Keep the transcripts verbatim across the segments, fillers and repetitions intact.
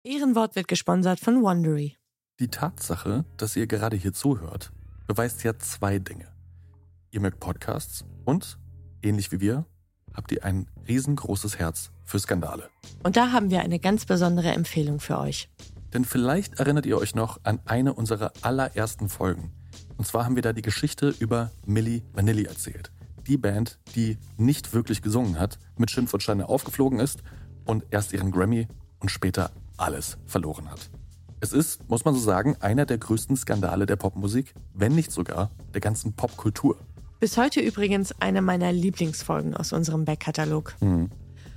Ehrenwort wird gesponsert von Wondery. Die Tatsache, dass ihr gerade hier zuhört, beweist ja zwei Dinge. Ihr mögt Podcasts und, ähnlich wie wir, habt ihr ein riesengroßes Herz für Skandale. Und da haben wir eine ganz besondere Empfehlung für euch. Denn vielleicht erinnert ihr euch noch an eine unserer allerersten Folgen. Und zwar haben wir da die Geschichte über Milli Vanilli erzählt. Die Band, die nicht wirklich gesungen hat, mit Schimpf und Steine aufgeflogen ist und erst ihren Grammy und später alles verloren hat. Es ist, muss man so sagen, einer der größten Skandale der Popmusik, wenn nicht sogar der ganzen Popkultur. Bis heute übrigens eine meiner Lieblingsfolgen aus unserem Backkatalog. Mhm.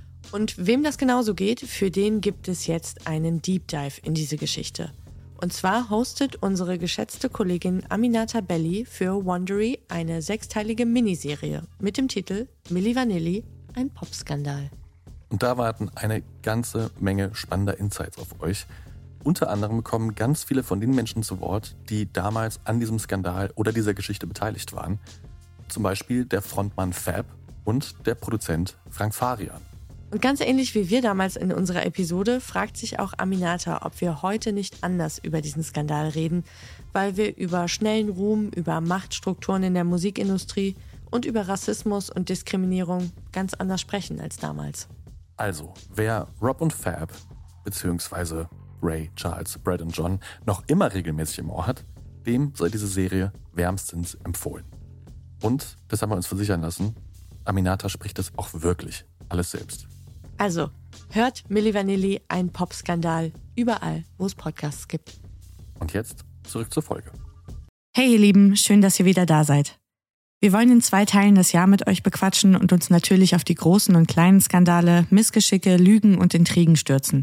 Und wem das genauso geht, für den gibt es jetzt einen Deep Dive in diese Geschichte. Und zwar hostet unsere geschätzte Kollegin Aminata Belli für Wondery eine sechsteilige Miniserie mit dem Titel Milli Vanilli, ein Popskandal. Und da warten eine ganze Menge spannender Insights auf euch. Unter anderem kommen ganz viele von den Menschen zu Wort, die damals an diesem Skandal oder dieser Geschichte beteiligt waren. Zum Beispiel der Frontmann Fab und der Produzent Frank Farian. Und ganz ähnlich wie wir damals in unserer Episode fragt sich auch Aminata, ob wir heute nicht anders über diesen Skandal reden, weil wir über schnellen Ruhm, über Machtstrukturen in der Musikindustrie und über Rassismus und Diskriminierung ganz anders sprechen als damals. Also, wer Rob und Fab, beziehungsweise Ray, Charles, Brad und John noch immer regelmäßig im Ohr hat, dem sei diese Serie wärmstens empfohlen. Und, das haben wir uns versichern lassen, Aminata spricht das auch wirklich alles selbst. Also, hört Milli Vanilli, ein Popskandal, überall, wo es Podcasts gibt. Und jetzt zurück zur Folge. Hey ihr Lieben, schön, dass ihr wieder da seid. Wir wollen in zwei Teilen das Jahr mit euch bequatschen und uns natürlich auf die großen und kleinen Skandale, Missgeschicke, Lügen und Intrigen stürzen.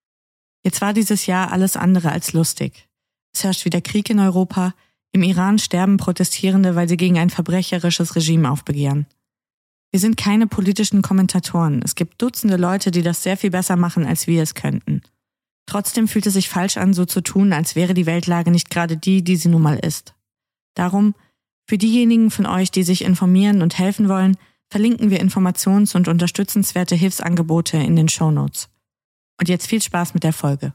Jetzt war dieses Jahr alles andere als lustig. Es herrscht wieder Krieg in Europa, im Iran sterben Protestierende, weil sie gegen ein verbrecherisches Regime aufbegehren. Wir sind keine politischen Kommentatoren. Es gibt Dutzende Leute, die das sehr viel besser machen, als wir es könnten. Trotzdem fühlt es sich falsch an, so zu tun, als wäre die Weltlage nicht gerade die, die sie nun mal ist. Darum, für diejenigen von euch, die sich informieren und helfen wollen, verlinken wir Informations- und unterstützenswerte Hilfsangebote in den Shownotes. Und jetzt viel Spaß mit der Folge.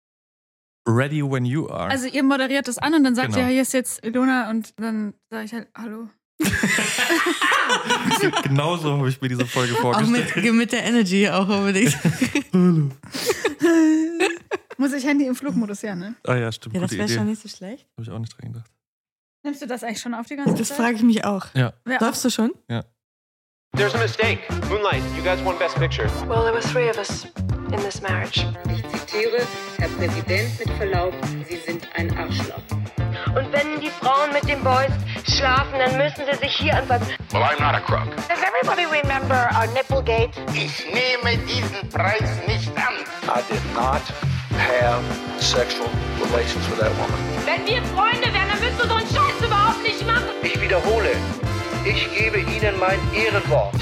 Ready when you are. Also ihr moderiert das an und dann sagt Genau. ihr, hier ist jetzt Ilona und dann sage ich halt, hallo. Genauso habe ich mir diese Folge Auch vorgestellt. mit, mit der Energy auch unbedingt. Hallo. Muss ich Handy im Flugmodus, ja, ne? Ah ja, stimmt. Ja, das gute wäre Idee. schon nicht so schlecht. Habe ich auch nicht dran gedacht. Nimmst du das eigentlich schon auf die ganze Das Zeit? frage ich mich auch. Ja. Wer Läufst du schon? There's a mistake. Moonlight, you guys won Best Picture. Well, there were three of us in this marriage. Ich zitiere, Herr Präsident, mit Verlaub, Sie sind ein Arschloch. Und wenn die Frauen mit den Boys schlafen, dann müssen sie sich hier anfassen. Well, I'm not a crook. Does everybody remember our Nipplegate? Ich nehme diesen Preis nicht an. I did not have sexual relations with that woman. Wenn wir Freunde wären, dann würdest du so einen Scheiß überhaupt nicht machen. Ich wiederhole, ich gebe Ihnen mein Ehrenwort.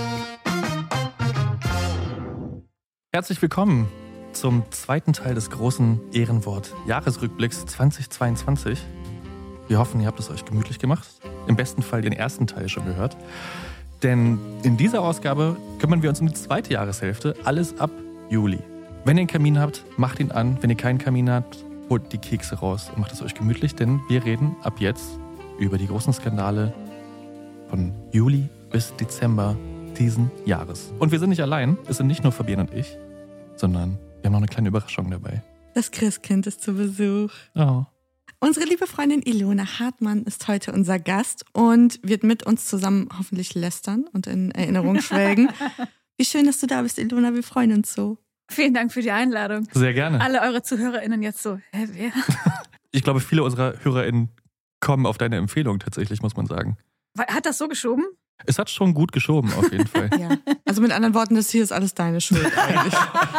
Herzlich willkommen zum zweiten Teil des großen Ehrenwort-Jahresrückblicks zweitausendzweiundzwanzig. Wir hoffen, ihr habt es euch gemütlich gemacht. Im besten Fall den ersten Teil schon gehört. Denn in dieser Ausgabe kümmern wir uns um die zweite Jahreshälfte, alles ab Juli. Wenn ihr einen Kamin habt, macht ihn an. Wenn ihr keinen Kamin habt, holt die Kekse raus und macht es euch gemütlich, denn wir reden ab jetzt über die großen Skandale von Juli bis Dezember diesen Jahres. Und wir sind nicht allein, es sind nicht nur Fabian und ich, sondern wir haben noch eine kleine Überraschung dabei. Das Christkind ist zu Besuch. Oh. Unsere liebe Freundin Ilona Hartmann ist heute unser Gast und wird mit uns zusammen hoffentlich lästern und in Erinnerung schwelgen. Wie schön, dass du da bist, Ilona. Wir freuen uns so. Vielen Dank für die Einladung. Sehr gerne. Alle eure ZuhörerInnen jetzt so, hä, wer? Ich glaube, viele unserer HörerInnen kommen auf deine Empfehlung tatsächlich, muss man sagen. Hat das so geschoben? Es hat schon gut geschoben, auf jeden Fall. Ja. Also mit anderen Worten, das hier ist alles deine Schuld eigentlich.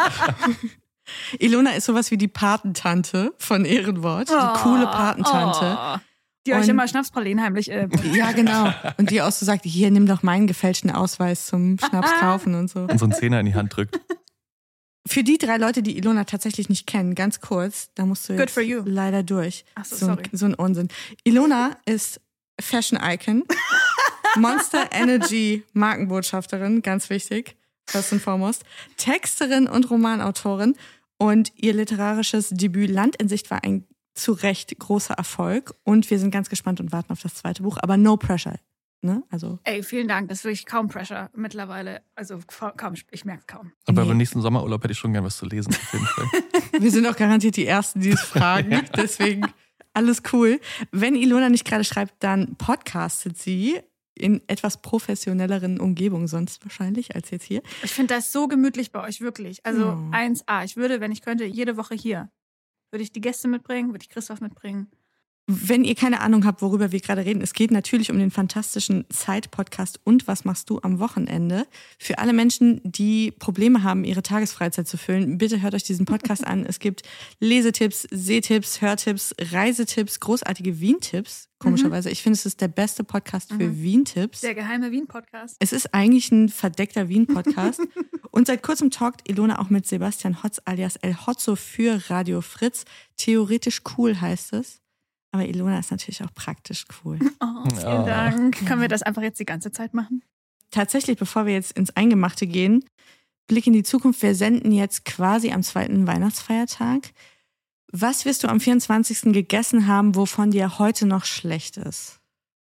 Ilona ist sowas wie die Patentante von Ehrenwort. Die Oh, coole Patentante. Oh. Die euch Und- immer Schnapspralinen heimlich... Äh, Ja, genau. Und die auch so sagt, hier, nimm doch meinen gefälschten Ausweis zum Schnaps kaufen und so. Und so einen Zehner in die Hand drückt. Für die drei Leute, die Ilona tatsächlich nicht kennen, ganz kurz, da musst du Good jetzt for you. leider durch. Ach so, so, sorry. so ein Unsinn. Ilona ist Fashion Icon, Monster Energy Markenbotschafterin, ganz wichtig, first and foremost, Texterin und Romanautorin Und ihr literarisches Debüt Land in Sicht war ein zu Recht großer Erfolg. Und wir sind ganz gespannt und warten auf das zweite Buch. Aber no pressure. Ne? Also Ey, vielen Dank. Das ist wirklich kaum Pressure mittlerweile. Also kaum, ich merke es kaum. Aber Nee. beim nächsten Sommerurlaub hätte ich schon gern was zu lesen, auf jeden Fall. Wir sind auch garantiert die Ersten, die es fragen. Deswegen alles cool. Wenn Ilona nicht gerade schreibt, dann podcastet sie in etwas professionelleren Umgebungen sonst wahrscheinlich als jetzt hier. Ich finde das so gemütlich bei euch, wirklich. Also Oh. eins A. Ich würde, wenn ich könnte, jede Woche hier. Würde ich die Gäste mitbringen, würde ich Christoph mitbringen. Wenn ihr keine Ahnung habt, worüber wir gerade reden, es geht natürlich um den fantastischen Zeit-Podcast und was machst du am Wochenende? Für alle Menschen, die Probleme haben, ihre Tagesfreizeit zu füllen, bitte hört euch diesen Podcast an. Es gibt Lesetipps, Sehtipps, Hörtipps, Reisetipps, großartige Wien-Tipps. Komischerweise, ich finde, es ist der beste Podcast für Mhm. Wien-Tipps. Der geheime Wien-Podcast. Es ist eigentlich ein verdeckter Wien-Podcast. Und seit kurzem talkt Ilona auch mit Sebastian Hotz alias El Hotzo für Radio Fritz. Theoretisch cool heißt es. Aber Ilona ist natürlich auch praktisch cool. Oh, vielen Ja. Dank. Können wir das einfach jetzt die ganze Zeit machen? Tatsächlich, bevor wir jetzt ins Eingemachte gehen, Blick in die Zukunft. Wir senden jetzt quasi am zweiten Weihnachtsfeiertag. Was wirst du am vierundzwanzigsten gegessen haben, wovon dir heute noch schlecht ist?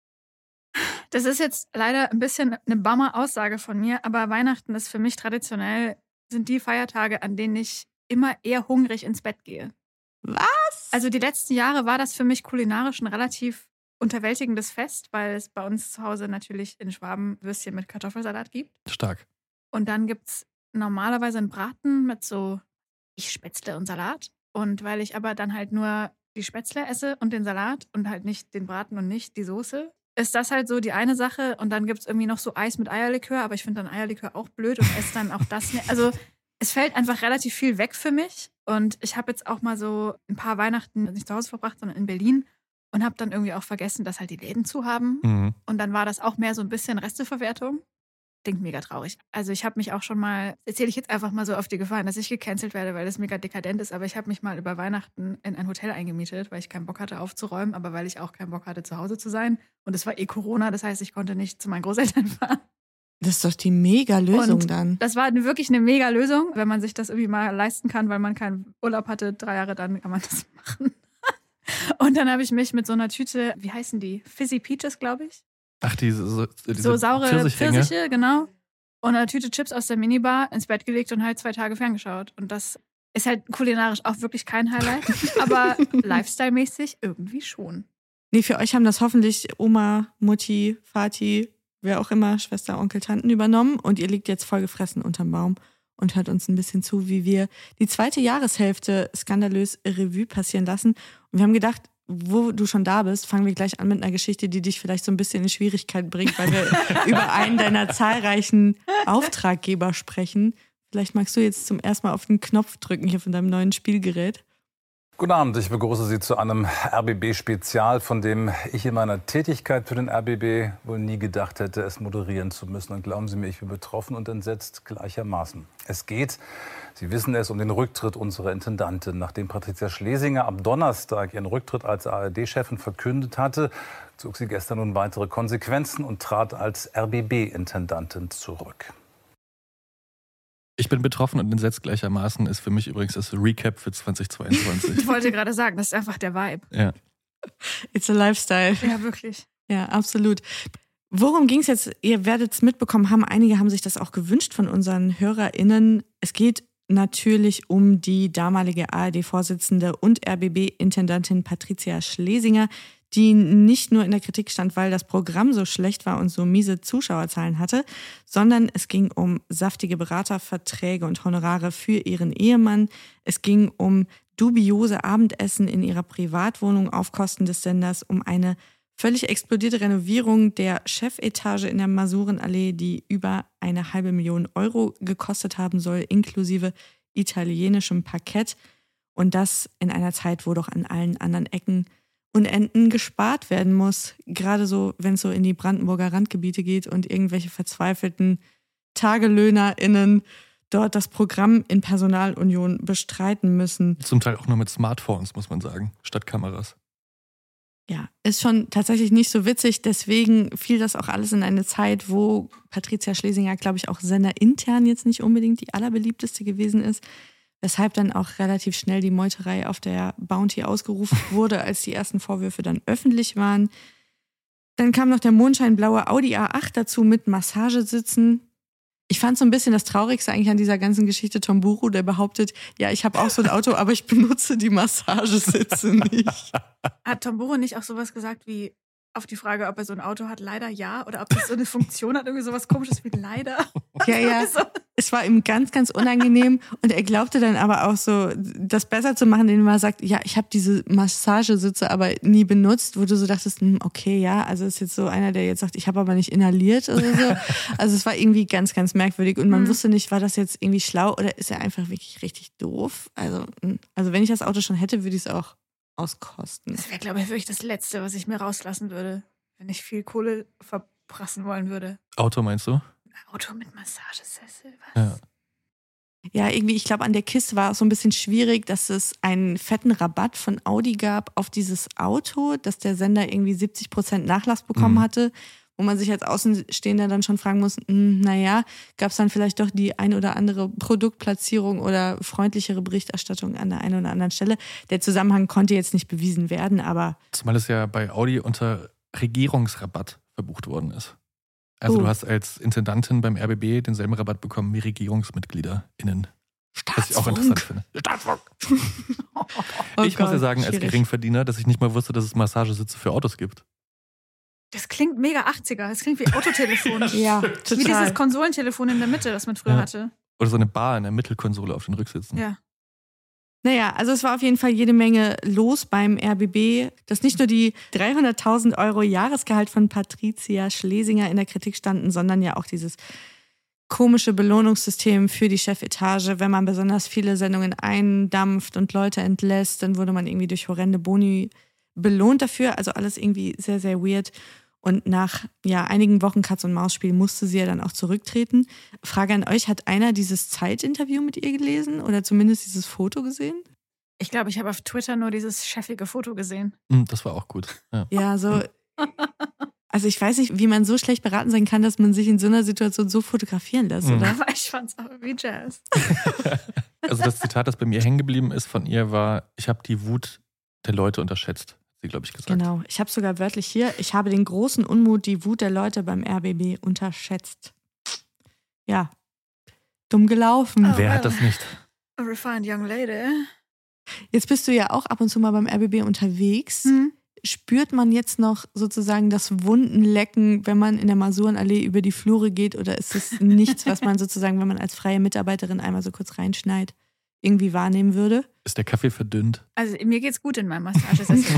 Das ist jetzt leider ein bisschen eine Bummer-Aussage von mir, aber Weihnachten ist für mich traditionell, sind die Feiertage, an denen ich immer eher hungrig ins Bett gehe. Was? Also die letzten Jahre war das für mich kulinarisch ein relativ unterwältigendes Fest, weil es bei uns zu Hause natürlich in Schwaben Würstchen mit Kartoffelsalat gibt. Stark. Und dann gibt es normalerweise einen Braten mit so ich Spätzle und Salat. Und weil ich aber dann halt nur die Spätzle esse und den Salat und halt nicht den Braten und nicht die Soße, ist das halt so die eine Sache. Und dann gibt es irgendwie noch so Eis mit Eierlikör, aber ich finde dann Eierlikör auch blöd und esse dann auch das nicht. Also es fällt einfach relativ viel weg für mich. Und ich habe jetzt auch mal so ein paar Weihnachten nicht zu Hause verbracht, sondern in Berlin. Und habe dann irgendwie auch vergessen, dass halt die Läden zu haben. Mhm. Und dann war das auch mehr so ein bisschen Resteverwertung. Klingt mega traurig. Also ich habe mich auch schon mal, erzähle ich jetzt einfach mal so auf die Gefahr, dass ich gecancelt werde, weil das mega dekadent ist. Aber ich habe mich mal über Weihnachten in ein Hotel eingemietet, weil ich keinen Bock hatte aufzuräumen, aber weil ich auch keinen Bock hatte, zu Hause zu sein. Und es war eh Corona, das heißt, ich konnte nicht zu meinen Großeltern fahren. Das ist doch die Mega-Lösung Und dann. Das war eine, wirklich eine mega Lösung, wenn man sich das irgendwie mal leisten kann, weil man keinen Urlaub hatte, drei Jahre, dann kann man das machen. Und dann habe ich mich mit so einer Tüte, wie heißen die? Fizzy Peaches, glaube ich. Ach, diese, so, diese So saure Pfirsichringe. Pfirsiche, genau. Und eine Tüte Chips aus der Minibar ins Bett gelegt und halt zwei Tage ferngeschaut. Und das ist halt kulinarisch auch wirklich kein Highlight, aber lifestyle-mäßig irgendwie schon. Nee, für euch haben das hoffentlich Oma, Mutti, Vati, wer auch immer, Schwester, Onkel, Tanten übernommen. Und ihr liegt jetzt vollgefressen unterm Baum und hört uns ein bisschen zu, wie wir die zweite Jahreshälfte skandalös Revue passieren lassen. Und wir haben gedacht, wo du schon da bist, fangen wir gleich an mit einer Geschichte, die dich vielleicht so ein bisschen in Schwierigkeiten bringt, weil wir über einen deiner zahlreichen Auftraggeber sprechen. Vielleicht magst du jetzt zum ersten Mal auf den Knopf drücken hier von deinem neuen Spielgerät. Guten Abend, ich begrüße Sie zu einem R B B-Spezial, von dem ich in meiner Tätigkeit für den R B B wohl nie gedacht hätte, es moderieren zu müssen. Und glauben Sie mir, ich bin betroffen und entsetzt gleichermaßen. Es geht, Sie wissen es, um den Rücktritt unserer Intendantin. Nachdem Patricia Schlesinger am Donnerstag ihren Rücktritt als A R D-Chefin verkündet hatte, zog sie gestern nun weitere Konsequenzen und trat als R B B-Intendantin zurück. Ich bin betroffen und entsetzt gleichermaßen, ist für mich übrigens das Recap für zweitausendzweiundzwanzig. Ich wollte gerade sagen, das ist einfach der Vibe. Ja. It's a lifestyle. Ja, wirklich. Ja, absolut. Worum ging es jetzt? Ihr werdet es mitbekommen haben, einige haben sich das auch gewünscht von unseren HörerInnen. Es geht natürlich um die damalige A R D-Vorsitzende und R B B-Intendantin Patricia Schlesinger, die nicht nur in der Kritik stand, weil das Programm so schlecht war und so miese Zuschauerzahlen hatte, sondern es ging um saftige Beraterverträge und Honorare für ihren Ehemann. Es ging um dubiose Abendessen in ihrer Privatwohnung auf Kosten des Senders, um eine völlig explodierte Renovierung der Chefetage in der Masurenallee, die über eine halbe Million Euro gekostet haben soll, inklusive italienischem Parkett. Und das in einer Zeit, wo doch an allen anderen Ecken und Enden gespart werden muss. Gerade so, wenn es so in die Brandenburger Randgebiete geht und irgendwelche verzweifelten TagelöhnerInnen dort das Programm in Personalunion bestreiten müssen. Zum Teil auch nur mit Smartphones, muss man sagen, statt Kameras. Ja, ist schon tatsächlich nicht so witzig. Deswegen fiel das auch alles in eine Zeit, wo Patricia Schlesinger, glaube ich, auch senderintern jetzt nicht unbedingt die allerbeliebteste gewesen ist. weshalb dann auch relativ schnell die Meuterei auf der Bounty ausgerufen wurde, als die ersten Vorwürfe dann öffentlich waren. Dann kam noch der mondscheinblaue Audi A acht dazu mit Massagesitzen. Ich fand so ein bisschen das Traurigste eigentlich an dieser ganzen Geschichte Tomburo, der behauptet, ja, ich habe auch so ein Auto, aber ich benutze die Massagesitze nicht. Hat Tomburo nicht auch sowas gesagt wie auf die Frage, ob er so ein Auto hat, leider ja, oder ob das so eine Funktion hat, irgendwie sowas Komisches wie leider? Ja, ja, es war ihm ganz, ganz unangenehm und er glaubte dann aber auch so, das besser zu machen, indem er sagt, ja, ich habe diese Massagesitze aber nie benutzt, wo du so dachtest, hm, okay, ja, also ist jetzt so einer, der jetzt sagt, ich habe aber nicht inhaliert oder so. Also es war irgendwie ganz, ganz merkwürdig und man mhm. wusste nicht, war das jetzt irgendwie schlau oder ist er einfach wirklich richtig doof? Also, also wenn ich das Auto schon hätte, würde ich es auch auskosten. Das wäre, glaube ich, wirklich das Letzte, was ich mir rauslassen würde, wenn ich viel Kohle verprassen wollen würde. Auto meinst du? Ein Auto mit Massagesessel, was? Ja. Ja, irgendwie, ich glaube, an der Kiste war es so ein bisschen schwierig, dass es einen fetten Rabatt von Audi gab auf dieses Auto, dass der Sender irgendwie siebzig Prozent Nachlass bekommen mhm. hatte, wo man sich als Außenstehender dann schon fragen muss, naja, gab es dann vielleicht doch die ein oder andere Produktplatzierung oder freundlichere Berichterstattung an der einen oder anderen Stelle. Der Zusammenhang konnte jetzt nicht bewiesen werden, aber... Zumal es ja bei Audi unter Regierungsrabatt verbucht worden ist. Also oh. du hast als Intendantin beim R B B denselben Rabatt bekommen wie RegierungsmitgliederInnen. Was ich auch interessant finde. Staatsfunk! oh ich Gott, muss ja sagen, schwierig. als Geringverdiener, dass ich nicht mal wusste, dass es Massagesitze für Autos gibt. Das klingt mega achtziger. Das klingt wie Autotelefon. Ja, total. Wie dieses Konsolentelefon in der Mitte, das man früher ja. hatte. Oder so eine Bar in der Mittelkonsole auf den Rücksitzen. Ja. Naja, also es war auf jeden Fall jede Menge los beim R B B, dass nicht nur die dreihunderttausend Euro Jahresgehalt von Patricia Schlesinger in der Kritik standen, sondern ja auch dieses komische Belohnungssystem für die Chefetage. Wenn man besonders viele Sendungen eindampft und Leute entlässt, dann wurde man irgendwie durch horrende Boni belohnt dafür. Also alles irgendwie sehr, sehr weird. Und nach ja, einigen Wochen Katz-und-Maus-Spiel musste sie ja dann auch zurücktreten. Frage an euch, hat einer dieses Zeit-Interview mit ihr gelesen oder zumindest dieses Foto gesehen? Ich glaube, ich habe auf Twitter nur dieses chefige Foto gesehen. Das war auch gut. Ja, ja so... Also ich weiß nicht, wie man so schlecht beraten sein kann, dass man sich in so einer Situation so fotografieren lässt, mhm. oder? Aber ich fand's auch wie Jazz. Also das Zitat, das bei mir hängen geblieben ist von ihr, war, ich habe die Wut der Leute unterschätzt. Sie, glaube ich, gesagt. Genau, ich habe sogar wörtlich hier, ich habe den großen Unmut, die Wut der Leute beim R B B unterschätzt. Ja, dumm gelaufen. Oh, Wer well. hat das nicht? A refined young lady. Jetzt bist du ja auch ab und zu mal beim R B B unterwegs. Hm. Spürt man jetzt noch sozusagen das Wundenlecken, wenn man in der Masurenallee über die Flure geht? Oder ist es nichts, was man sozusagen, wenn man als freie Mitarbeiterin einmal so kurz reinschneit, irgendwie wahrnehmen würde? Ist der Kaffee verdünnt? Also mir geht's gut in meinem Massagesessel.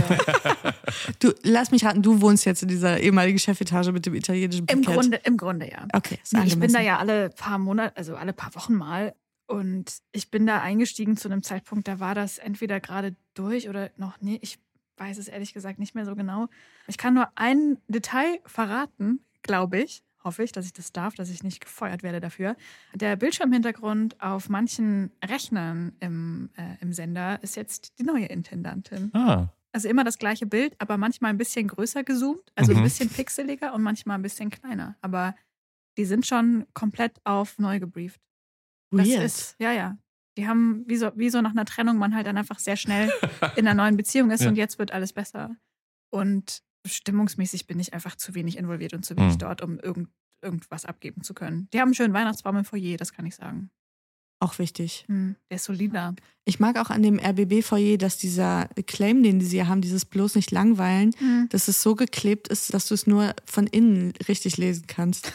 Du, lass mich raten, du wohnst jetzt in dieser ehemaligen Chefetage mit dem italienischen Parkett. Im Grunde, im Grunde ja. Okay, ist nee, ich bin da ja alle paar Monate, also alle paar Wochen mal. Und ich bin da eingestiegen zu einem Zeitpunkt, da war das entweder gerade durch oder noch nie. Ich weiß es ehrlich gesagt nicht mehr so genau. Ich kann nur ein Detail verraten, glaube ich. Hoffe ich, dass ich das darf, dass ich nicht gefeuert werde dafür. Der Bildschirmhintergrund auf manchen Rechnern im, äh, im Sender ist jetzt die neue Intendantin. Ah. Also immer das gleiche Bild, aber manchmal ein bisschen größer gezoomt, also Mhm. ein bisschen pixeliger und manchmal ein bisschen kleiner. Aber die sind schon komplett auf neu gebrieft. Das Weird. ist, ja, ja. Die haben, wie so, wie so nach einer Trennung, man halt dann einfach sehr schnell in einer neuen Beziehung ist Ja. und jetzt wird alles besser. Und stimmungsmäßig bin ich einfach zu wenig involviert und zu wenig Mhm. dort, um irgend, irgendwas abgeben zu können. Die haben einen schönen Weihnachtsbaum im Foyer, das kann ich sagen. Auch wichtig. Hm, der ist solider. Ich mag auch an dem R B B-Foyer, dass dieser Claim, den sie haben, dieses bloß nicht langweilen, Hm. dass es so geklebt ist, dass du es nur von innen richtig lesen kannst.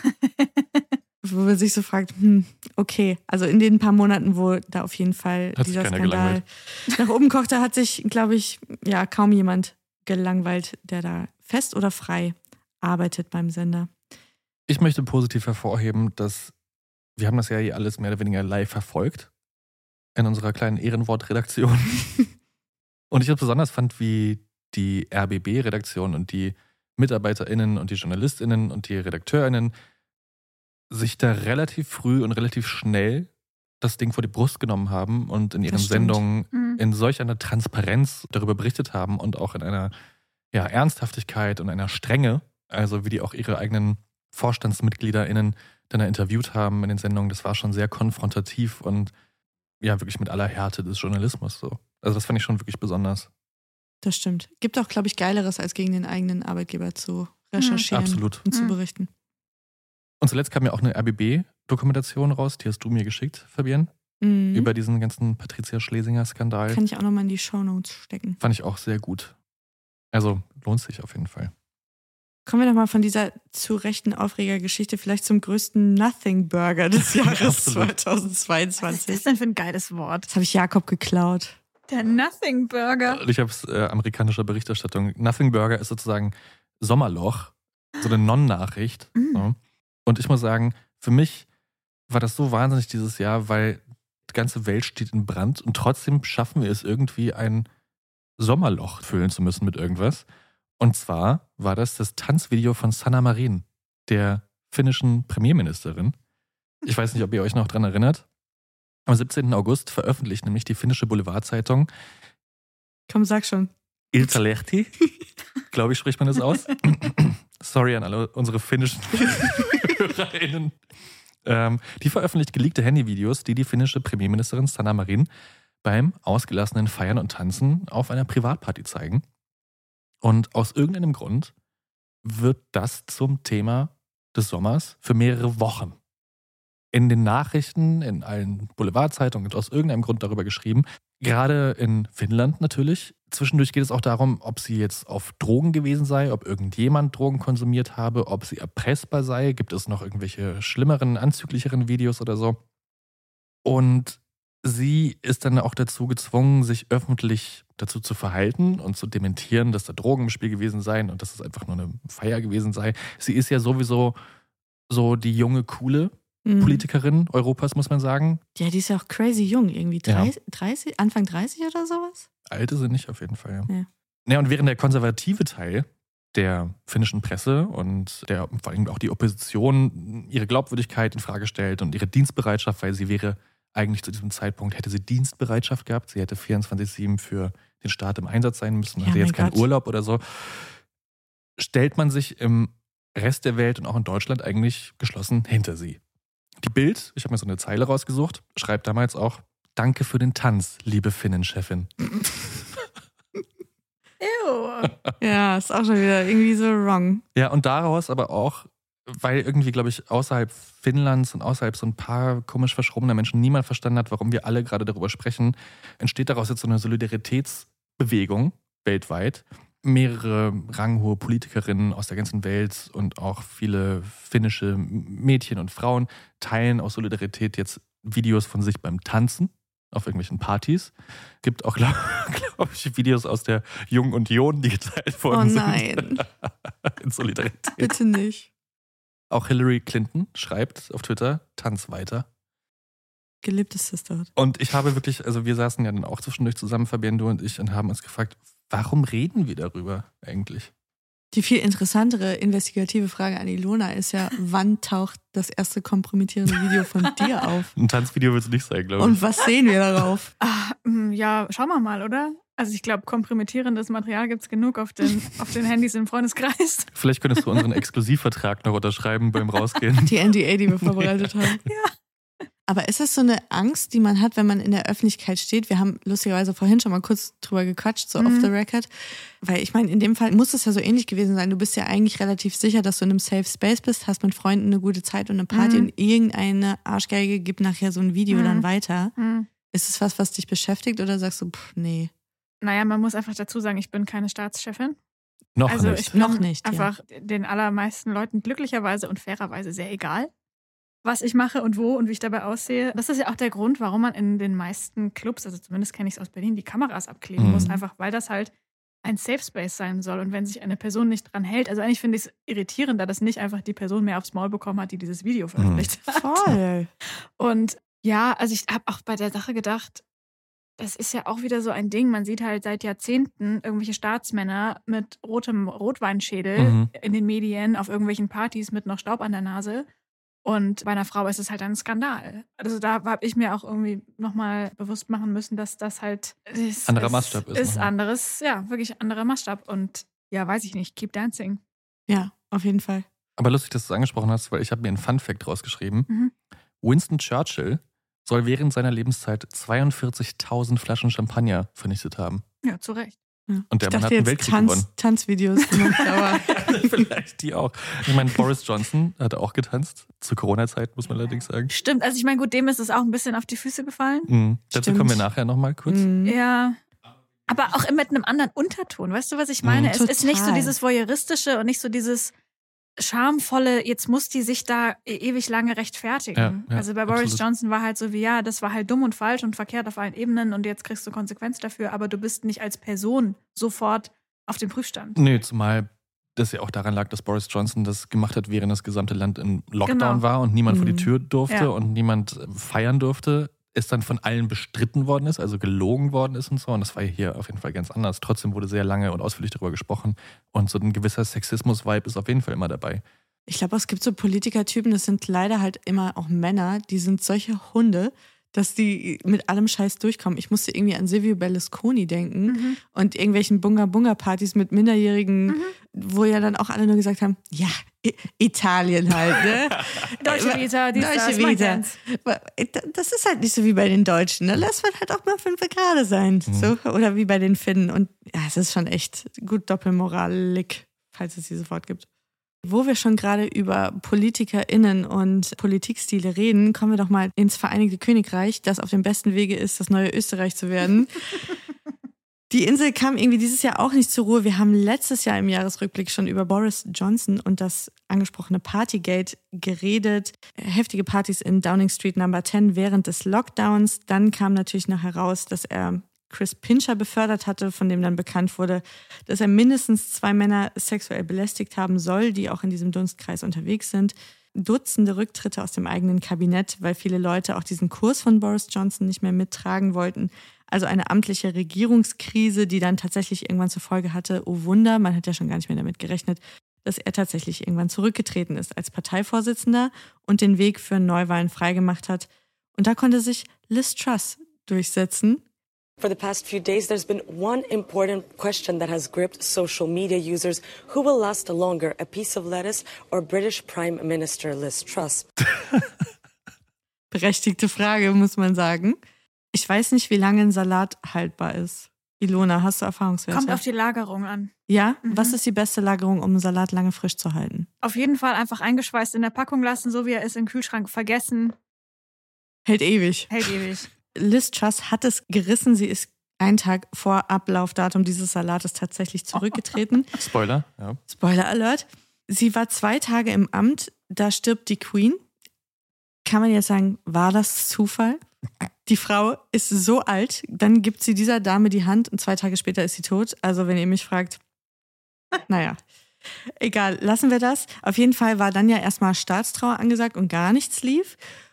Wo man sich so fragt, hm, okay, also in den paar Monaten, wo da auf jeden Fall Hat sich dieser keiner Skandal gelangweilt. nach oben kochte, hat sich, glaube ich, ja kaum jemand gelangweilt, der da fest oder frei arbeitet beim Sender. Ich möchte positiv hervorheben, dass wir haben das ja hier alles mehr oder weniger live verfolgt in unserer kleinen Ehrenwort-Redaktion. Und ich besonders fand, wie die R B B-Redaktion und die MitarbeiterInnen und die JournalistInnen und die RedakteurInnen sich da relativ früh und relativ schnell das Ding vor die Brust genommen haben und in ihren Das stimmt. Sendungen Mhm. in solch einer Transparenz darüber berichtet haben und auch in einer ja, Ernsthaftigkeit und einer Strenge, also wie die auch ihre eigenen VorstandsmitgliederInnen dann interviewt haben in den Sendungen. Das war schon sehr konfrontativ und ja wirklich mit aller Härte des Journalismus so. Also das fand ich schon wirklich besonders. Das stimmt. Gibt auch, glaube ich, Geileres, als gegen den eigenen Arbeitgeber zu recherchieren mhm. Absolut. und mhm. zu berichten. Und zuletzt kam ja auch eine R B B-Dokumentation raus, die hast du mir geschickt, Fabienne, mhm. über diesen ganzen Patricia Schlesinger-Skandal. Kann ich auch nochmal in die Shownotes stecken. Fand ich auch sehr gut. Also lohnt sich auf jeden Fall. Kommen wir doch mal von dieser zu rechten Aufregergeschichte vielleicht zum größten Nothing-Burger des Jahres zweitausendzweiundzwanzig. Was ist das denn für ein geiles Wort? Das habe ich Jakob geklaut. Der Nothing Burger. Ich habe es äh, amerikanischer Berichterstattung. Nothing Burger ist sozusagen Sommerloch, so eine Non-Nachricht. Mm. So. Und ich muss sagen, für mich war das so wahnsinnig dieses Jahr, weil die ganze Welt steht in Brand und trotzdem schaffen wir es irgendwie, ein Sommerloch füllen zu müssen mit irgendwas. Und zwar war das das Tanzvideo von Sanna Marin, der finnischen Premierministerin. Ich weiß nicht, ob ihr euch noch dran erinnert. Am siebzehnten August veröffentlicht nämlich die finnische Boulevardzeitung. Komm, sag schon. Iltalehti, glaube ich, spricht man das aus. Sorry an alle unsere finnischen HörerInnen. Ähm, die veröffentlicht geleakte Handyvideos, die die finnische Premierministerin Sanna Marin beim ausgelassenen Feiern und Tanzen auf einer Privatparty zeigen. Und aus irgendeinem Grund wird das zum Thema des Sommers für mehrere Wochen in den Nachrichten, in allen Boulevardzeitungen aus irgendeinem Grund darüber geschrieben. Gerade in Finnland natürlich. Zwischendurch geht es auch darum, ob sie jetzt auf Drogen gewesen sei, ob irgendjemand Drogen konsumiert habe, ob sie erpressbar sei. Gibt es noch irgendwelche schlimmeren, anzüglicheren Videos oder so? Und sie ist dann auch dazu gezwungen, sich öffentlich dazu zu verhalten und zu dementieren, dass da Drogen im Spiel gewesen seien und dass es einfach nur eine Feier gewesen sei. Sie ist ja sowieso so die junge, coole mhm. Politikerin Europas, muss man sagen. Ja, die ist ja auch crazy jung, irgendwie dreißig, dreißig, Anfang dreißig oder sowas? Alte sind nicht auf jeden Fall, ja. Ja, ja und während der konservative Teil der finnischen Presse und der vor allem auch die Opposition ihre Glaubwürdigkeit in Frage stellt und ihre Dienstbereitschaft, weil sie wäre eigentlich zu diesem Zeitpunkt, hätte sie Dienstbereitschaft gehabt. Sie hätte vierundzwanzig sieben für den Staat im Einsatz sein müssen, hatte ja, jetzt keinen Gott. Urlaub oder so. Stellt man sich im Rest der Welt und auch in Deutschland eigentlich geschlossen hinter sie. Die Bild, ich habe mir so eine Zeile rausgesucht, schreibt damals auch: Danke für den Tanz, liebe Finnen-Chefin. Ew. Ja, ist auch schon wieder irgendwie so wrong. Ja, und daraus aber auch, weil irgendwie, glaube ich, außerhalb Finnlands und außerhalb so ein paar komisch verschrobener Menschen niemand verstanden hat, warum wir alle gerade darüber sprechen, entsteht daraus jetzt so eine Solidaritätsbewegung weltweit. Mehrere ranghohe Politikerinnen aus der ganzen Welt und auch viele finnische Mädchen und Frauen teilen aus Solidarität jetzt Videos von sich beim Tanzen auf irgendwelchen Partys. Gibt auch, glaube glaub ich, Videos aus der Jung Union, die geteilt worden sind. Oh nein. In Solidarität. Bitte nicht. Auch Hillary Clinton schreibt auf Twitter: Tanz weiter. Geliebtes Sisterhood. Und ich habe wirklich, also wir saßen ja dann auch zwischendurch zusammen, Fabienne, du und ich, und haben uns gefragt, warum reden wir darüber eigentlich? Die viel interessantere investigative Frage an Ilona ist ja, wann taucht das erste kompromittierende Video von dir auf? Ein Tanzvideo wird es nicht sein, glaube ich. Und was sehen wir darauf? Ach, ja, schauen wir mal, oder? Also ich glaube, kompromittierendes Material gibt es genug auf den, auf den Handys im Freundeskreis. Vielleicht könntest du unseren Exklusivvertrag noch unterschreiben beim Rausgehen. Die N D A, die wir vorbereitet haben. Ja. Aber ist das so eine Angst, die man hat, wenn man in der Öffentlichkeit steht? Wir haben lustigerweise vorhin schon mal kurz drüber gequatscht, so mhm. off the record. Weil ich meine, in dem Fall muss es ja so ähnlich gewesen sein. Du bist ja eigentlich relativ sicher, dass du in einem Safe Space bist, hast mit Freunden eine gute Zeit und eine Party mhm. und irgendeine Arschgeige gibt nachher so ein Video mhm. dann weiter. Mhm. Ist es was, was dich beschäftigt oder sagst du, pff, nee? Naja, man muss einfach dazu sagen, ich bin keine Staatschefin. Noch also nicht. Ich bin Noch nicht. Einfach ja. den allermeisten Leuten glücklicherweise und fairerweise sehr egal, was ich mache und wo und wie ich dabei aussehe. Das ist ja auch der Grund, warum man in den meisten Clubs, also zumindest kenne ich es aus Berlin, die Kameras abkleben mhm. muss, einfach weil das halt ein Safe Space sein soll. Und wenn sich eine Person nicht dran hält, also eigentlich finde ich es irritierender, dass nicht einfach die Person mehr aufs Maul bekommen hat, die dieses Video veröffentlicht mhm. hat. Voll. Und ja, also ich habe auch bei der Sache gedacht, das ist ja auch wieder so ein Ding. Man sieht halt seit Jahrzehnten irgendwelche Staatsmänner mit rotem Rotweinschädel mhm. in den Medien auf irgendwelchen Partys mit noch Staub an der Nase. Und bei einer Frau ist es halt ein Skandal. Also da habe ich mir auch irgendwie nochmal bewusst machen müssen, dass das halt ist, anderer Maßstab ist. Ist anderes, ja, wirklich anderer Maßstab. Und ja, weiß ich nicht, keep dancing. Ja, auf jeden Fall. Aber lustig, dass du es angesprochen hast, weil ich habe mir einen Fun-Fact rausgeschrieben. Mhm. Winston Churchill soll während seiner Lebenszeit zweiundvierzigtausend Flaschen Champagner vernichtet haben. Ja, zu Recht. Ja. Und der ich Mann hat dachte einen jetzt Weltkrieg Tanz, gewonnen. Tanzvideos gemacht, aber vielleicht die auch. Ich meine, Boris Johnson hat auch getanzt. Zur Corona-Zeit, muss man allerdings sagen. Stimmt, also ich meine, gut, dem ist es auch ein bisschen auf die Füße gefallen. Mhm. Dazu kommen wir nachher nochmal kurz. Mhm. Ja. Aber auch mit einem anderen Unterton. Weißt du, was ich meine? Mhm. Es ist nicht so dieses Voyeuristische und nicht so dieses schamvolle, jetzt muss die sich da e- ewig lange rechtfertigen. Ja, ja, also bei Boris absolut. Johnson war halt so wie, ja, das war halt dumm und falsch und verkehrt auf allen Ebenen und jetzt kriegst du Konsequenz dafür, aber du bist nicht als Person sofort auf dem Prüfstand. Nee, zumal das ja auch daran lag, dass Boris Johnson das gemacht hat, während das gesamte Land im Lockdown Genau. war und niemand Mhm. vor die Tür durfte Ja. und niemand feiern durfte, es dann von allen bestritten worden ist, also gelogen worden ist und so. Und das war hier auf jeden Fall ganz anders. Trotzdem wurde sehr lange und ausführlich darüber gesprochen und so ein gewisser Sexismus-Vibe ist auf jeden Fall immer dabei. ich glaube, es gibt so Politikertypen, das sind leider halt immer auch Männer, die sind solche Hunde, dass die mit allem Scheiß durchkommen. Ich musste irgendwie an Silvio Berlusconi denken Mhm. und irgendwelchen Bunga-Bunga-Partys mit Minderjährigen, Mhm. wo ja dann auch alle nur gesagt haben, ja, I- Italien halt, ne? Deutsche Vita, dies, Deutsche das, man Vita. kennt's. Das ist halt nicht so wie bei den Deutschen, ne? Lass man halt auch mal fünf Grad sein, Mhm. so, oder wie bei den Finnen. Und ja, es ist schon echt gut Doppelmoralik, falls es dieses Wort gibt. Wo wir schon gerade über PolitikerInnen und Politikstile reden, kommen wir doch mal ins Vereinigte Königreich, das auf dem besten Wege ist, das neue Österreich zu werden. Die Insel kam irgendwie dieses Jahr auch nicht zur Ruhe. Wir haben letztes Jahr im Jahresrückblick schon über Boris Johnson und das angesprochene Partygate geredet. Heftige Partys in Downing Street Number zehn während des Lockdowns. Dann kam natürlich noch heraus, dass er Chris Pincher befördert hatte, von dem dann bekannt wurde, dass er mindestens zwei Männer sexuell belästigt haben soll, die auch in diesem Dunstkreis unterwegs sind. Dutzende Rücktritte aus dem eigenen Kabinett, weil viele Leute auch diesen Kurs von Boris Johnson nicht mehr mittragen wollten. Also eine amtliche Regierungskrise, die dann tatsächlich irgendwann zur Folge hatte, oh Wunder, man hat ja schon gar nicht mehr damit gerechnet, dass er tatsächlich irgendwann zurückgetreten ist als Parteivorsitzender und den Weg für Neuwahlen freigemacht hat. Und da konnte sich Liz Truss durchsetzen. For the past few days, there's been one important question that has gripped social media users. Who will last longer, a piece of lettuce or British Prime Minister Liz Truss? Berechtigte Frage, muss man sagen. Ich weiß nicht, wie lange ein Salat haltbar ist. Ilona, hast du Erfahrungswerte? Kommt auf die Lagerung an. Ja? Mhm. Was ist die beste Lagerung, um einen Salat lange frisch zu halten? Auf jeden Fall einfach eingeschweißt in der Packung lassen, so wie er ist, im Kühlschrank vergessen. Hält ewig. Hält ewig. Liz Truss hat es gerissen. Sie ist einen Tag vor Ablaufdatum dieses Salates tatsächlich zurückgetreten. Spoiler, ja. Spoiler Alert. Sie war zwei Tage im Amt, da stirbt die Queen. Kann man jetzt sagen, war das Zufall? Die Frau ist so alt, dann gibt sie dieser Dame die Hand und zwei Tage später ist sie tot. Also wenn ihr mich fragt, naja, egal, lassen wir das. Auf jeden Fall war dann ja erstmal Staatstrauer angesagt und gar nichts lief.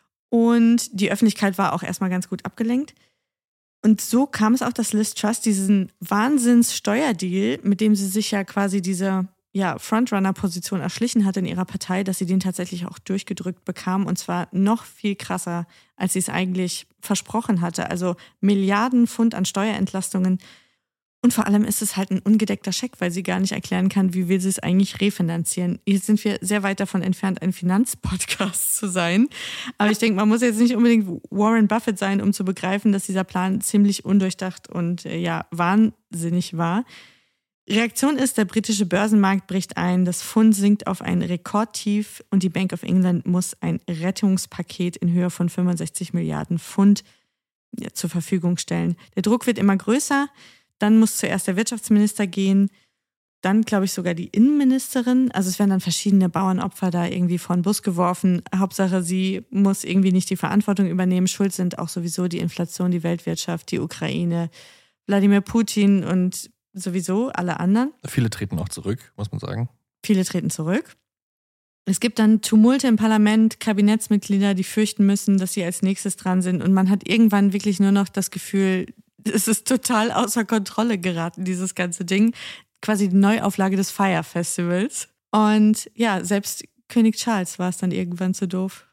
Und die Öffentlichkeit war auch erstmal ganz gut abgelenkt. Und so kam es auch, dass Liz Truss diesen Wahnsinns-Steuerdeal, mit dem sie sich ja quasi diese ja, Frontrunner-Position erschlichen hatte in ihrer Partei, dass sie den tatsächlich auch durchgedrückt bekam. Und zwar noch viel krasser, als sie es eigentlich versprochen hatte. Also Milliarden Pfund an Steuerentlastungen. Und vor allem ist es halt ein ungedeckter Scheck, weil sie gar nicht erklären kann, wie will sie es eigentlich refinanzieren. Jetzt sind wir sehr weit davon entfernt, ein Finanzpodcast zu sein. Aber ich denke, man muss jetzt nicht unbedingt Warren Buffett sein, um zu begreifen, dass dieser Plan ziemlich undurchdacht und äh, ja, wahnsinnig war. Reaktion ist, der britische Börsenmarkt bricht ein, das Pfund sinkt auf ein Rekordtief und die Bank of England muss ein Rettungspaket in Höhe von fünfundsechzig Milliarden Pfund ja, zur Verfügung stellen. Der Druck wird immer größer. Dann muss zuerst der Wirtschaftsminister gehen, dann, glaube ich, sogar die Innenministerin. Also es werden dann verschiedene Bauernopfer da irgendwie vor den Bus geworfen. Hauptsache, sie muss irgendwie nicht die Verantwortung übernehmen. Schuld sind auch sowieso die Inflation, die Weltwirtschaft, die Ukraine, Wladimir Putin und sowieso alle anderen. Viele treten auch zurück, muss man sagen. Viele treten zurück. Es gibt dann Tumulte im Parlament, Kabinettsmitglieder, die fürchten müssen, dass sie als nächstes dran sind. Und man hat irgendwann wirklich nur noch das Gefühl, es ist total außer Kontrolle geraten, dieses ganze Ding. Quasi die Neuauflage des Fire Festivals. Und ja, selbst König Charles war es dann irgendwann zu doof.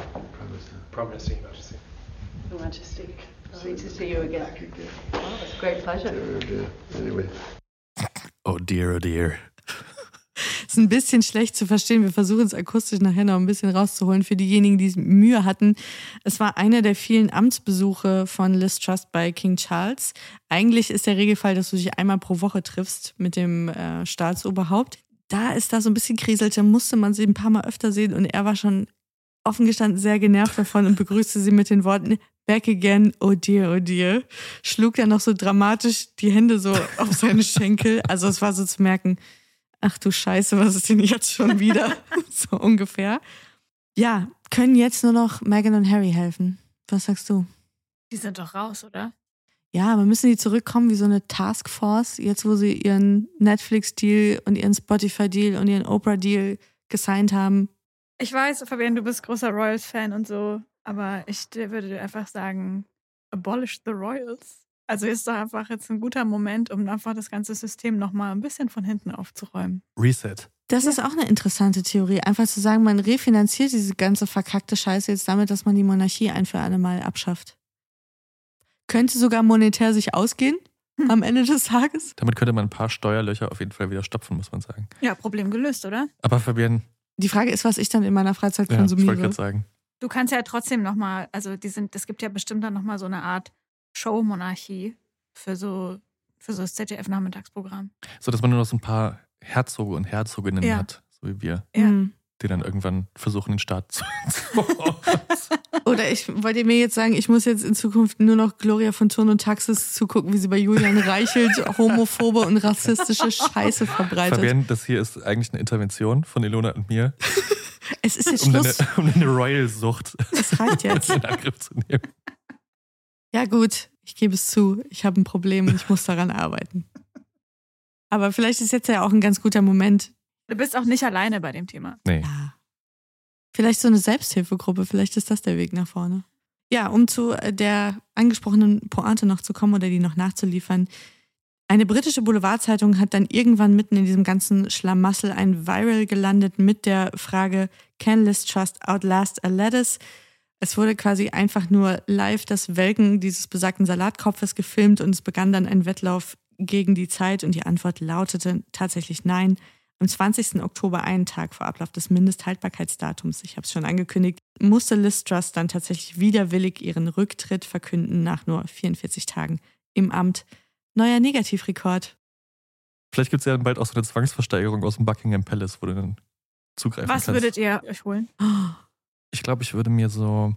Prime Minister, Your Majesty. Your Majesty, lovely to see you again. Oh, it's a great pleasure. Dear, dear. Anyway. Oh dear, oh dear. Ist ein bisschen schlecht zu verstehen. Wir versuchen es akustisch nachher noch ein bisschen rauszuholen für diejenigen, die Mühe hatten. Es war einer der vielen Amtsbesuche von Liz Truss bei King Charles. Eigentlich ist der Regelfall, dass du dich einmal pro Woche triffst mit dem äh, Staatsoberhaupt. Da ist da so ein bisschen kriselte, musste man sie ein paar Mal öfter sehen und er war schon offen gestanden sehr genervt davon und begrüßte sie mit den Worten "Back again, oh dear, oh dear." Schlug dann noch so dramatisch die Hände so auf seine Schenkel. Also es war so zu merken, ach du Scheiße, was ist denn jetzt schon wieder? So ungefähr. Ja, können jetzt nur noch Meghan und Harry helfen. Was sagst du? Die sind doch raus, oder? Ja, aber müssen die zurückkommen wie so eine Taskforce, jetzt wo sie ihren Netflix-Deal und ihren Spotify-Deal und ihren Oprah-Deal gesigned haben? Ich weiß, Fabian, du bist großer Royals-Fan und so, aber ich würde einfach sagen, abolish the Royals. Also ist doch einfach jetzt ein guter Moment, um einfach das ganze System nochmal ein bisschen von hinten aufzuräumen. Reset. Das ist auch eine interessante Theorie. Einfach zu sagen, man refinanziert diese ganze verkackte Scheiße jetzt damit, dass man die Monarchie ein für alle Mal abschafft. Könnte sogar monetär sich ausgehen hm. am Ende des Tages. Damit könnte man ein paar Steuerlöcher auf jeden Fall wieder stopfen, muss man sagen. Ja, Problem gelöst, oder? Aber Fabian... Die Frage ist, was ich dann in meiner Freizeit ja, konsumiere. Ich wollte gerade sagen. Du kannst ja trotzdem nochmal, also die sind, es gibt ja bestimmt dann nochmal so eine Art Showmonarchie für so, für so das Z D F-Nachmittagsprogramm. So, dass man nur noch so ein paar Herzoge und Herzoginnen ja. hat, so wie wir. Ja. Mhm. Die dann irgendwann versuchen, den Staat zu... Oder ich wollte mir jetzt sagen, ich muss jetzt in Zukunft nur noch Gloria von Thurn und Taxis zugucken, wie sie bei Julian Reichelt homophobe und rassistische Scheiße verbreitet. Fabian, das hier ist eigentlich eine Intervention von Ilona und mir. Es ist jetzt um Schluss. Eine, um eine Royal-Sucht das reicht jetzt. in Angriff zu nehmen. Ja gut, ich gebe es zu, ich habe ein Problem und ich muss daran arbeiten. Aber vielleicht ist jetzt ja auch ein ganz guter Moment. Du bist auch nicht alleine bei dem Thema. Nee. Ja. Vielleicht so eine Selbsthilfegruppe, vielleicht ist das der Weg nach vorne. Ja, um zu der angesprochenen Pointe noch zu kommen oder die noch nachzuliefern. Eine britische Boulevardzeitung hat dann irgendwann mitten in diesem ganzen Schlamassel ein Viral gelandet mit der Frage "Can Liz Truss outlast a lettuce?" Es wurde quasi einfach nur live das Welken dieses besagten Salatkopfes gefilmt und es begann dann ein Wettlauf gegen die Zeit und die Antwort lautete tatsächlich nein. Am zwanzigsten Oktober, einen Tag vor Ablauf des Mindesthaltbarkeitsdatums, ich habe es schon angekündigt, musste Liz Truss dann tatsächlich widerwillig ihren Rücktritt verkünden nach nur vierundvierzig Tagen im Amt. Neuer Negativrekord. Vielleicht gibt es ja bald auch so eine Zwangsversteigerung aus dem Buckingham Palace, wo du dann zugreifen Was kannst. Was würdet ihr euch holen? Ich glaube, ich würde mir so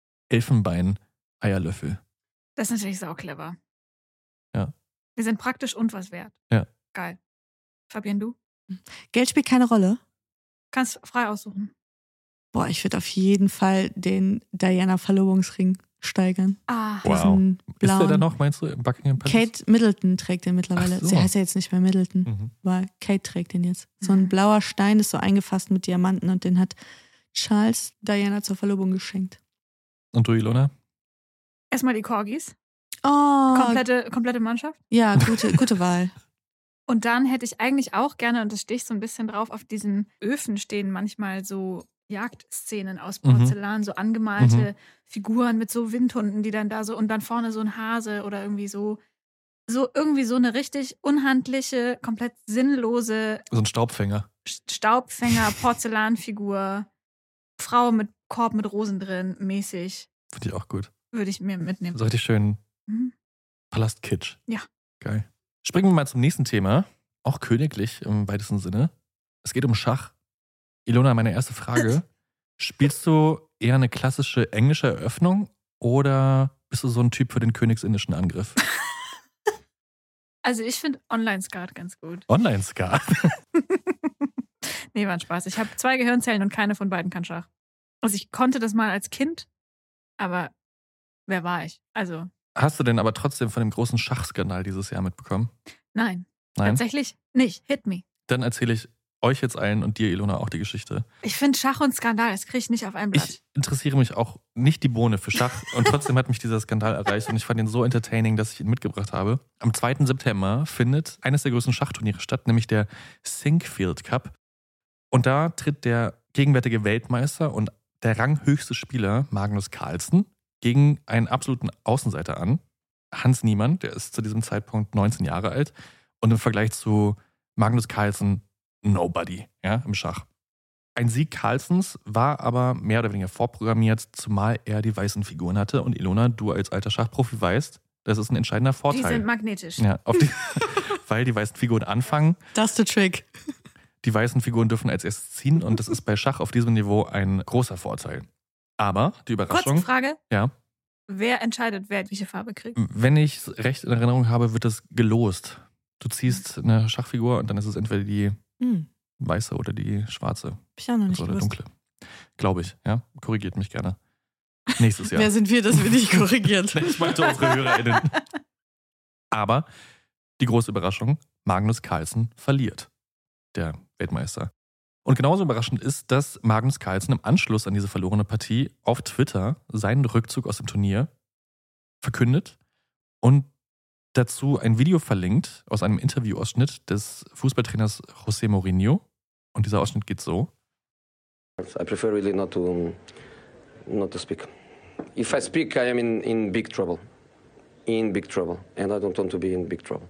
Elfenbein-Eierlöffel. Das ist natürlich sau clever. Ja. Wir sind praktisch und was wert. Ja. Geil. Fabian, du? Geld spielt keine Rolle. Kannst frei aussuchen. Boah, ich würde auf jeden Fall den Diana-Verlobungsring steigern. Ah. Wow. Ist der da noch, meinst du, im Buckingham Palace? Kate Middleton trägt den mittlerweile. So. Sie heißt ja jetzt nicht mehr Middleton, mhm. weil Kate trägt den jetzt. So ein blauer Stein ist so eingefasst mit Diamanten und den hat Charles Diana zur Verlobung geschenkt. Und du, Ilona? Erstmal die Corgis. Oh. Komplette, komplette Mannschaft. Ja, gute, gute Wahl. Und dann hätte ich eigentlich auch gerne, und das stehe ich so ein bisschen drauf, auf diesen Öfen stehen manchmal so Jagdszenen aus Porzellan, mhm. so angemalte mhm. Figuren mit so Windhunden, die dann da so, und dann vorne so ein Hase oder irgendwie so, so irgendwie so eine richtig unhandliche, komplett sinnlose so ein Staubfänger. Staubfänger, Porzellanfigur, Frau mit Korb mit Rosen drin, mäßig. Finde ich auch gut. Würde ich mir mitnehmen. So richtig schön mhm. Palastkitsch. Ja. Geil. Springen wir mal zum nächsten Thema. Auch königlich im weitesten Sinne. Es geht um Schach. Ilona, meine erste Frage. Spielst du eher eine klassische englische Eröffnung oder bist du so ein Typ für den königsindischen Angriff? Also ich finde Online-Skat ganz gut. Online-Skat? Nee, war ein Spaß. Ich habe zwei Gehirnzellen und keine von beiden kann Schach. Also ich konnte das mal als Kind, aber wer war ich? Also... Hast du denn aber trotzdem von dem großen Schachskandal dieses Jahr mitbekommen? Nein. Nein? Tatsächlich nicht. Hit me. Dann erzähle ich euch jetzt allen und dir, Ilona, auch die Geschichte. Ich finde Schach und Skandal, das kriege ich nicht auf ein Blatt. Ich interessiere mich auch nicht die Bohne für Schach und trotzdem hat mich dieser Skandal erreicht und ich fand ihn so entertaining, dass ich ihn mitgebracht habe. Am zweiten September findet eines der größten Schachturniere statt, nämlich der Sinquefield Cup. Und da tritt der gegenwärtige Weltmeister und der ranghöchste Spieler, Magnus Carlsen, gegen einen absoluten Außenseiter an. Hans Niemann, der ist zu diesem Zeitpunkt neunzehn Jahre alt und im Vergleich zu Magnus Carlsen Nobody, ja, im Schach. Ein Sieg Carlsens war aber mehr oder weniger vorprogrammiert, zumal er die weißen Figuren hatte. Und Ilona, du als alter Schachprofi weißt, das ist ein entscheidender Vorteil. Die sind magnetisch. Ja, auf die, weil die weißen Figuren anfangen. Das ist der Trick. Die weißen Figuren dürfen als erstes ziehen und das ist bei Schach auf diesem Niveau ein großer Vorteil. Aber die Überraschung... Kurze Frage. Ja. Wer entscheidet, wer welche Farbe kriegt? Wenn ich es recht in Erinnerung habe, wird das gelost. Du ziehst eine Schachfigur und dann ist es entweder die hm. weiße oder die schwarze. Hab ich auch noch nicht oder gewusst. dunkle. Glaube ich, ja. Korrigiert mich gerne. Nächstes Jahr. Wer sind wir, dass wir dich korrigieren? Ich meinte unsere HörerInnen. Aber die große Überraschung, Magnus Carlsen verliert. Der Weltmeister. Und genauso überraschend ist, dass Magnus Carlsen im Anschluss an diese verlorene Partie auf Twitter seinen Rückzug aus dem Turnier verkündet und dazu ein Video verlinkt aus einem Interviewausschnitt des Fußballtrainers José Mourinho. Und dieser Ausschnitt geht so. I prefer really not to, not to speak. If I speak, I am in, in big trouble. In big trouble. And I don't want to be in big trouble.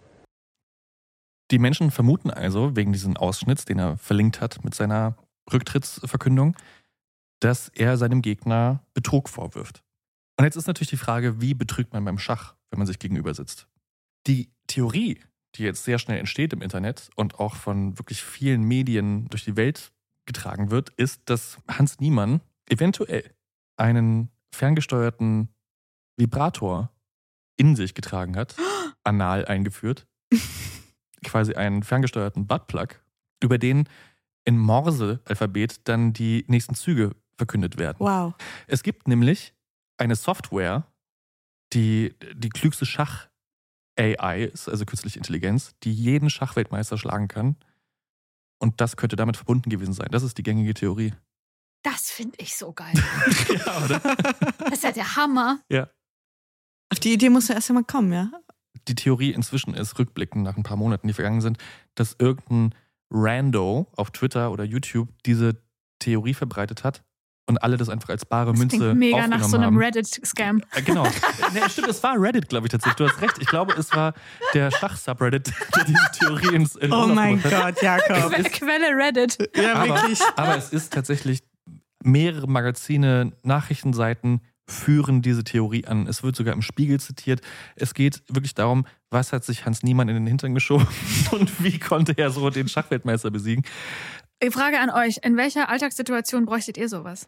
Die Menschen vermuten also, wegen diesen Ausschnitts, den er verlinkt hat mit seiner Rücktrittsverkündung, dass er seinem Gegner Betrug vorwirft. Und jetzt ist natürlich die Frage, wie betrügt man beim Schach, wenn man sich gegenüber sitzt? Die Theorie, die jetzt sehr schnell entsteht im Internet und auch von wirklich vielen Medien durch die Welt getragen wird, ist, dass Hans Niemann eventuell einen ferngesteuerten Vibrator in sich getragen hat, anal eingeführt, quasi einen ferngesteuerten Buttplug, über den in Morse-Alphabet dann die nächsten Züge verkündet werden. Wow. Es gibt nämlich eine Software, die die klügste Schach-A I ist, also künstliche Intelligenz, die jeden Schachweltmeister schlagen kann. Und das könnte damit verbunden gewesen sein. Das ist die gängige Theorie. Das finde ich so geil. Ja, oder? Das ist ja der Hammer. Ja. Auf die Idee muss ja erst einmal kommen, ja? Die Theorie inzwischen ist, rückblickend nach ein paar Monaten, die vergangen sind, dass irgendein Rando auf Twitter oder YouTube diese Theorie verbreitet hat und alle das einfach als bare das Münze klingt mega aufgenommen nach so einem haben. Reddit-Scam. Äh, genau. Nee, stimmt, es war Reddit, glaube ich tatsächlich. Du hast recht. Ich glaube, es war der Schach-Subreddit, der diese Theorie ins in Oh mein Gott, Jakob. ist, Quelle Reddit. Ja, aber, wirklich. aber es ist tatsächlich, mehrere Magazine, Nachrichtenseiten führen diese Theorie an. Es wird sogar im Spiegel zitiert. Es geht wirklich darum, was hat sich Hans Niemann in den Hintern geschoben und wie konnte er so den Schachweltmeister besiegen. Die Frage an euch, in welcher Alltagssituation bräuchtet ihr sowas?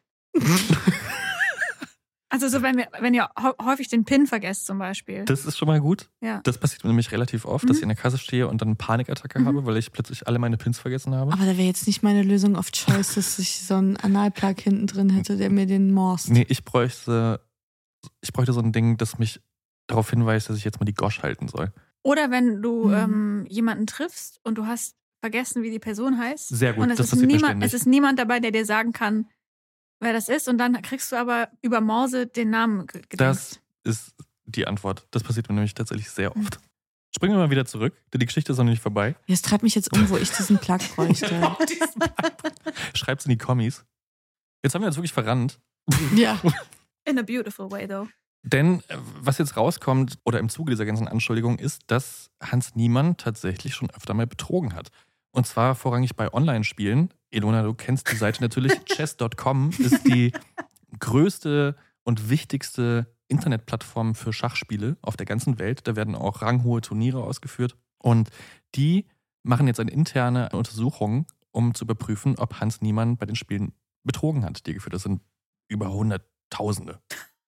Also so, wenn, wir, wenn ihr häufig den PIN vergesst zum Beispiel. Das ist schon mal gut. Ja. Das passiert mir nämlich relativ oft, Mhm. dass ich in der Kasse stehe und dann eine Panikattacke Mhm. habe, weil ich plötzlich alle meine Pins vergessen habe. Aber da wäre jetzt nicht meine Lösung of choice, dass ich so einen Analplug hinten drin hätte, der mir den morst. Nee, ich bräuchte, ich bräuchte so ein Ding, das mich darauf hinweist, dass ich jetzt mal die Gosch halten soll. Oder wenn du Mhm. ähm, jemanden triffst und du hast vergessen, wie die Person heißt. Sehr gut, und es das ist passiert mir niemand, ständig. es ist niemand dabei, der dir sagen kann, wer das ist. Und dann kriegst du aber über Morse den Namen ge- gedingst. Das ist die Antwort. Das passiert mir nämlich tatsächlich sehr oft. Springen wir mal wieder zurück, denn die Geschichte ist noch nicht vorbei. Es treibt mich jetzt um, wo ich diesen Plug bräuchte. Schreibt's in die Kommis. Jetzt haben wir uns wirklich verrannt. Ja. In a beautiful way, though. Denn äh, was jetzt rauskommt, oder im Zuge dieser ganzen Anschuldigung, ist, dass Hans Niemann tatsächlich schon öfter mal betrogen hat. Und zwar vorrangig bei Online-Spielen. Ilona, du kennst die Seite natürlich. chess Punkt com ist die größte und wichtigste Internetplattform für Schachspiele auf der ganzen Welt. Da werden auch ranghohe Turniere ausgeführt. Und die machen jetzt eine interne Untersuchung, um zu überprüfen, ob Hans Niemann bei den Spielen betrogen hat, die geführt. Das sind über Hunderttausende.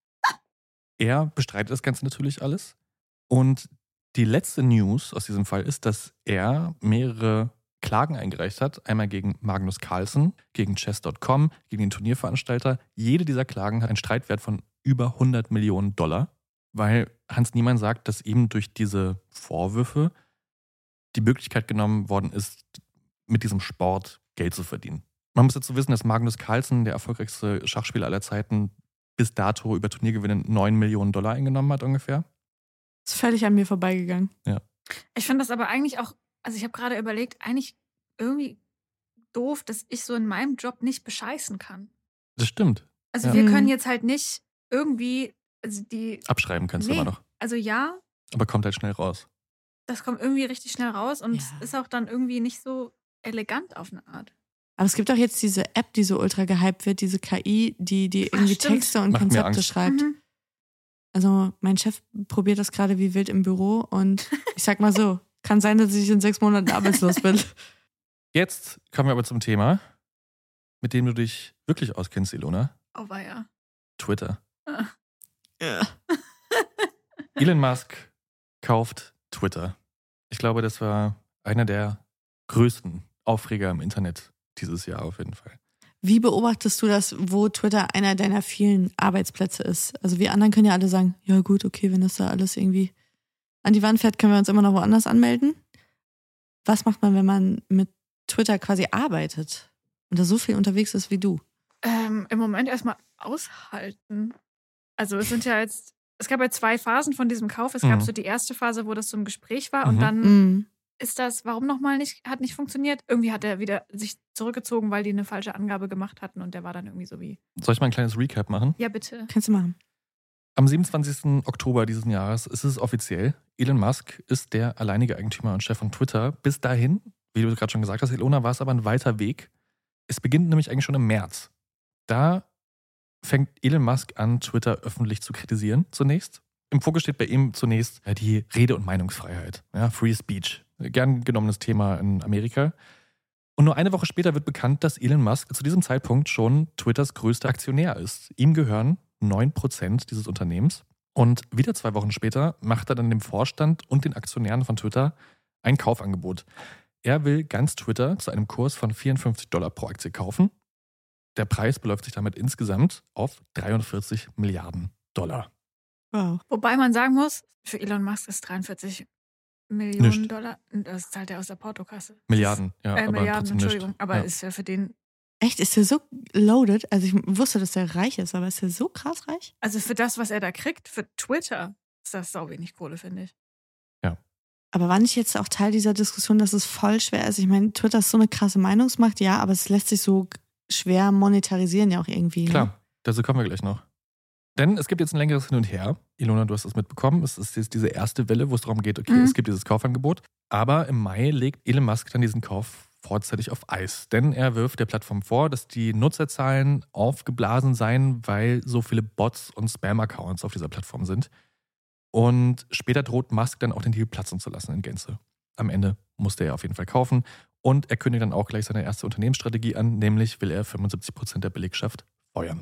Er bestreitet das Ganze natürlich alles. Und die letzte News aus diesem Fall ist, dass er mehrere Klagen eingereicht hat. Einmal gegen Magnus Carlsen, gegen chess Punkt com, gegen den Turnierveranstalter. Jede dieser Klagen hat einen Streitwert von über hundert Millionen Dollar, weil Hans Niemann sagt, dass ihm durch diese Vorwürfe die Möglichkeit genommen worden ist, mit diesem Sport Geld zu verdienen. Man muss dazu wissen, dass Magnus Carlsen, der erfolgreichste Schachspieler aller Zeiten, bis dato über Turniergewinne neun Millionen Dollar eingenommen hat ungefähr. Ist völlig an mir vorbeigegangen. Ja. Ich finde das aber eigentlich auch, also ich habe gerade überlegt, eigentlich irgendwie doof, dass ich so in meinem Job nicht bescheißen kann. Das stimmt. Also Ja. wir Mhm. können jetzt halt nicht irgendwie, also die, Abschreiben kannst Nee. du immer noch. also ja, Aber kommt halt schnell raus. das kommt irgendwie richtig schnell raus und Ja. ist auch dann irgendwie nicht so elegant auf eine Art. Aber es gibt auch jetzt diese App, die so ultra gehypt wird, diese K I, die, die irgendwie Ach, stimmt. Texte und Macht mir Konzepte Angst. schreibt. Mhm. Also mein Chef probiert das gerade wie wild im Büro und ich sag mal so, kann sein, dass ich in sechs Monaten arbeitslos bin. Jetzt kommen wir aber zum Thema, mit dem du dich wirklich auskennst, Ilona. Oh, war ja. Twitter. Ah. Ja. Elon Musk kauft Twitter. Ich glaube, das war einer der größten Aufreger im Internet dieses Jahr auf jeden Fall. Wie beobachtest du das, wo Twitter einer deiner vielen Arbeitsplätze ist? Also wir anderen können ja alle sagen, ja gut, okay, wenn das da alles irgendwie an die Wand fährt, können wir uns immer noch woanders anmelden. Was macht man, wenn man mit Twitter quasi arbeitet und da so viel unterwegs ist wie du? Ähm, Im Moment erstmal aushalten. Also es sind ja jetzt, es gab ja zwei Phasen von diesem Kauf. Es gab Mhm. so die erste Phase, wo das so im Gespräch war und Mhm. dann Mhm. ist das, warum nochmal nicht, hat nicht funktioniert? Irgendwie hat er wieder sich zurückgezogen, weil die eine falsche Angabe gemacht hatten und der war dann irgendwie so wie, Soll ich mal ein kleines Recap machen? ja bitte. Kannst du machen. Am siebenundzwanzigsten Oktober dieses Jahres ist es offiziell. Elon Musk ist der alleinige Eigentümer und Chef von Twitter. Bis dahin, wie du gerade schon gesagt hast, Ilona, war es aber ein weiter Weg. Es beginnt nämlich eigentlich schon im März. Da fängt Elon Musk an, Twitter öffentlich zu kritisieren zunächst. Im Fokus steht bei ihm zunächst ja, die Rede- und Meinungsfreiheit, ja, Free Speech. Gern genommenes Thema in Amerika. Und nur eine Woche später wird bekannt, dass Elon Musk zu diesem Zeitpunkt schon Twitters größter Aktionär ist. Ihm gehören neun Prozent dieses Unternehmens. Und wieder zwei Wochen später macht er dann dem Vorstand und den Aktionären von Twitter ein Kaufangebot. Er will ganz Twitter zu einem Kurs von vierundfünfzig Dollar pro Aktie kaufen. Der Preis beläuft sich damit insgesamt auf dreiundvierzig Milliarden Dollar. Wow. Wobei man sagen muss, für Elon Musk ist dreiundvierzig Millionen Nicht. Dollar, das zahlt er aus der Portokasse. Milliarden, ja. Äh, aber Milliarden, trotzdem nicht. Entschuldigung. Aber Ja. ist ja für den, Echt, ist der so loaded? Also ich wusste, dass der reich ist, aber ist der so krass reich? also für das, was er da kriegt, für Twitter, ist das sau wenig Kohle, finde ich. Aber war nicht jetzt auch Teil dieser Diskussion, dass es voll schwer ist? Ich meine, Twitter ist so eine krasse Meinungsmacht, ja, aber es lässt sich so schwer monetarisieren ja auch irgendwie. Ne? Klar, dazu kommen wir gleich noch. Denn es gibt jetzt ein längeres Hin und Her. Ilona, du hast das mitbekommen. Es ist jetzt diese erste Welle, wo es darum geht, okay, Mhm. es gibt dieses Kaufangebot. Aber im Mai legt Elon Musk dann diesen Kauf vorzeitig auf Eis. Denn er wirft der Plattform vor, dass die Nutzerzahlen aufgeblasen seien, weil so viele Bots und Spam-Accounts auf dieser Plattform sind. Und später droht Musk dann auch den Deal platzen zu lassen in Gänze. Am Ende musste er auf jeden Fall kaufen. Und er kündigt dann auch gleich seine erste Unternehmensstrategie an, nämlich will er fünfundsiebzig Prozent der Belegschaft feuern.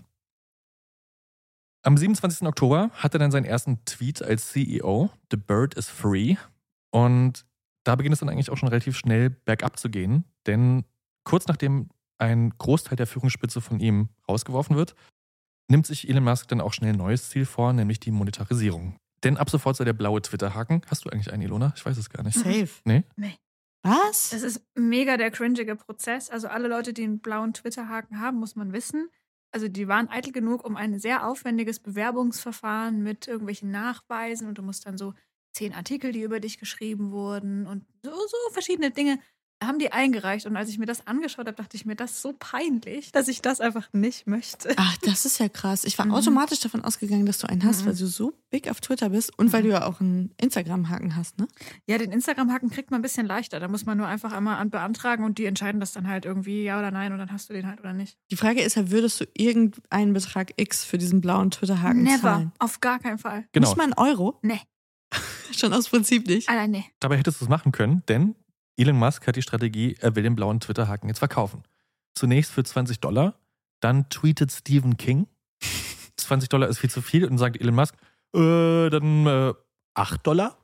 Am siebenundzwanzigsten Oktober hat er dann seinen ersten Tweet als C E O, The Bird is Free. Und da beginnt es dann eigentlich auch schon relativ schnell bergab zu gehen. Denn kurz nachdem ein Großteil der Führungsspitze von ihm rausgeworfen wird, nimmt sich Elon Musk dann auch schnell ein neues Ziel vor, nämlich die Monetarisierung. Denn ab sofort soll der blaue Twitter-Haken. Hast du eigentlich einen, Ilona? Ich weiß es gar nicht. Safe. Nee? Nee. Was? Das ist mega der cringige Prozess. Also alle Leute, die einen blauen Twitter-Haken haben, muss man wissen. Also die waren eitel genug, um ein sehr aufwendiges Bewerbungsverfahren mit irgendwelchen Nachweisen und du musst dann so zehn Artikel, die über dich geschrieben wurden und so, so verschiedene Dinge, haben die eingereicht. Und als ich mir das angeschaut habe, dachte ich mir, das ist so peinlich, dass ich das einfach nicht möchte. Ach, das ist ja krass. Ich war Mhm. automatisch davon ausgegangen, dass du einen hast, Mhm. weil du so big auf Twitter bist und weil du ja auch einen Instagram-Haken hast, ne? Ja, den Instagram-Haken kriegt man ein bisschen leichter. Da muss man nur einfach einmal an beantragen und die entscheiden das dann halt irgendwie ja oder nein und dann hast du den halt oder nicht. Die Frage ist ja, würdest du irgendeinen Betrag X für diesen blauen Twitter-Haken Never. zahlen? Auf gar keinen Fall. Genau. Nicht mal einen Euro? Nee. Schon aus Prinzip nicht. Allein nee. Dabei hättest du es machen können, denn Elon Musk hat die Strategie, er will den blauen Twitter-Haken jetzt verkaufen. Zunächst für zwanzig Dollar, dann tweetet Stephen King, zwanzig Dollar ist viel zu viel und sagt Elon Musk, äh, dann äh, acht Dollar?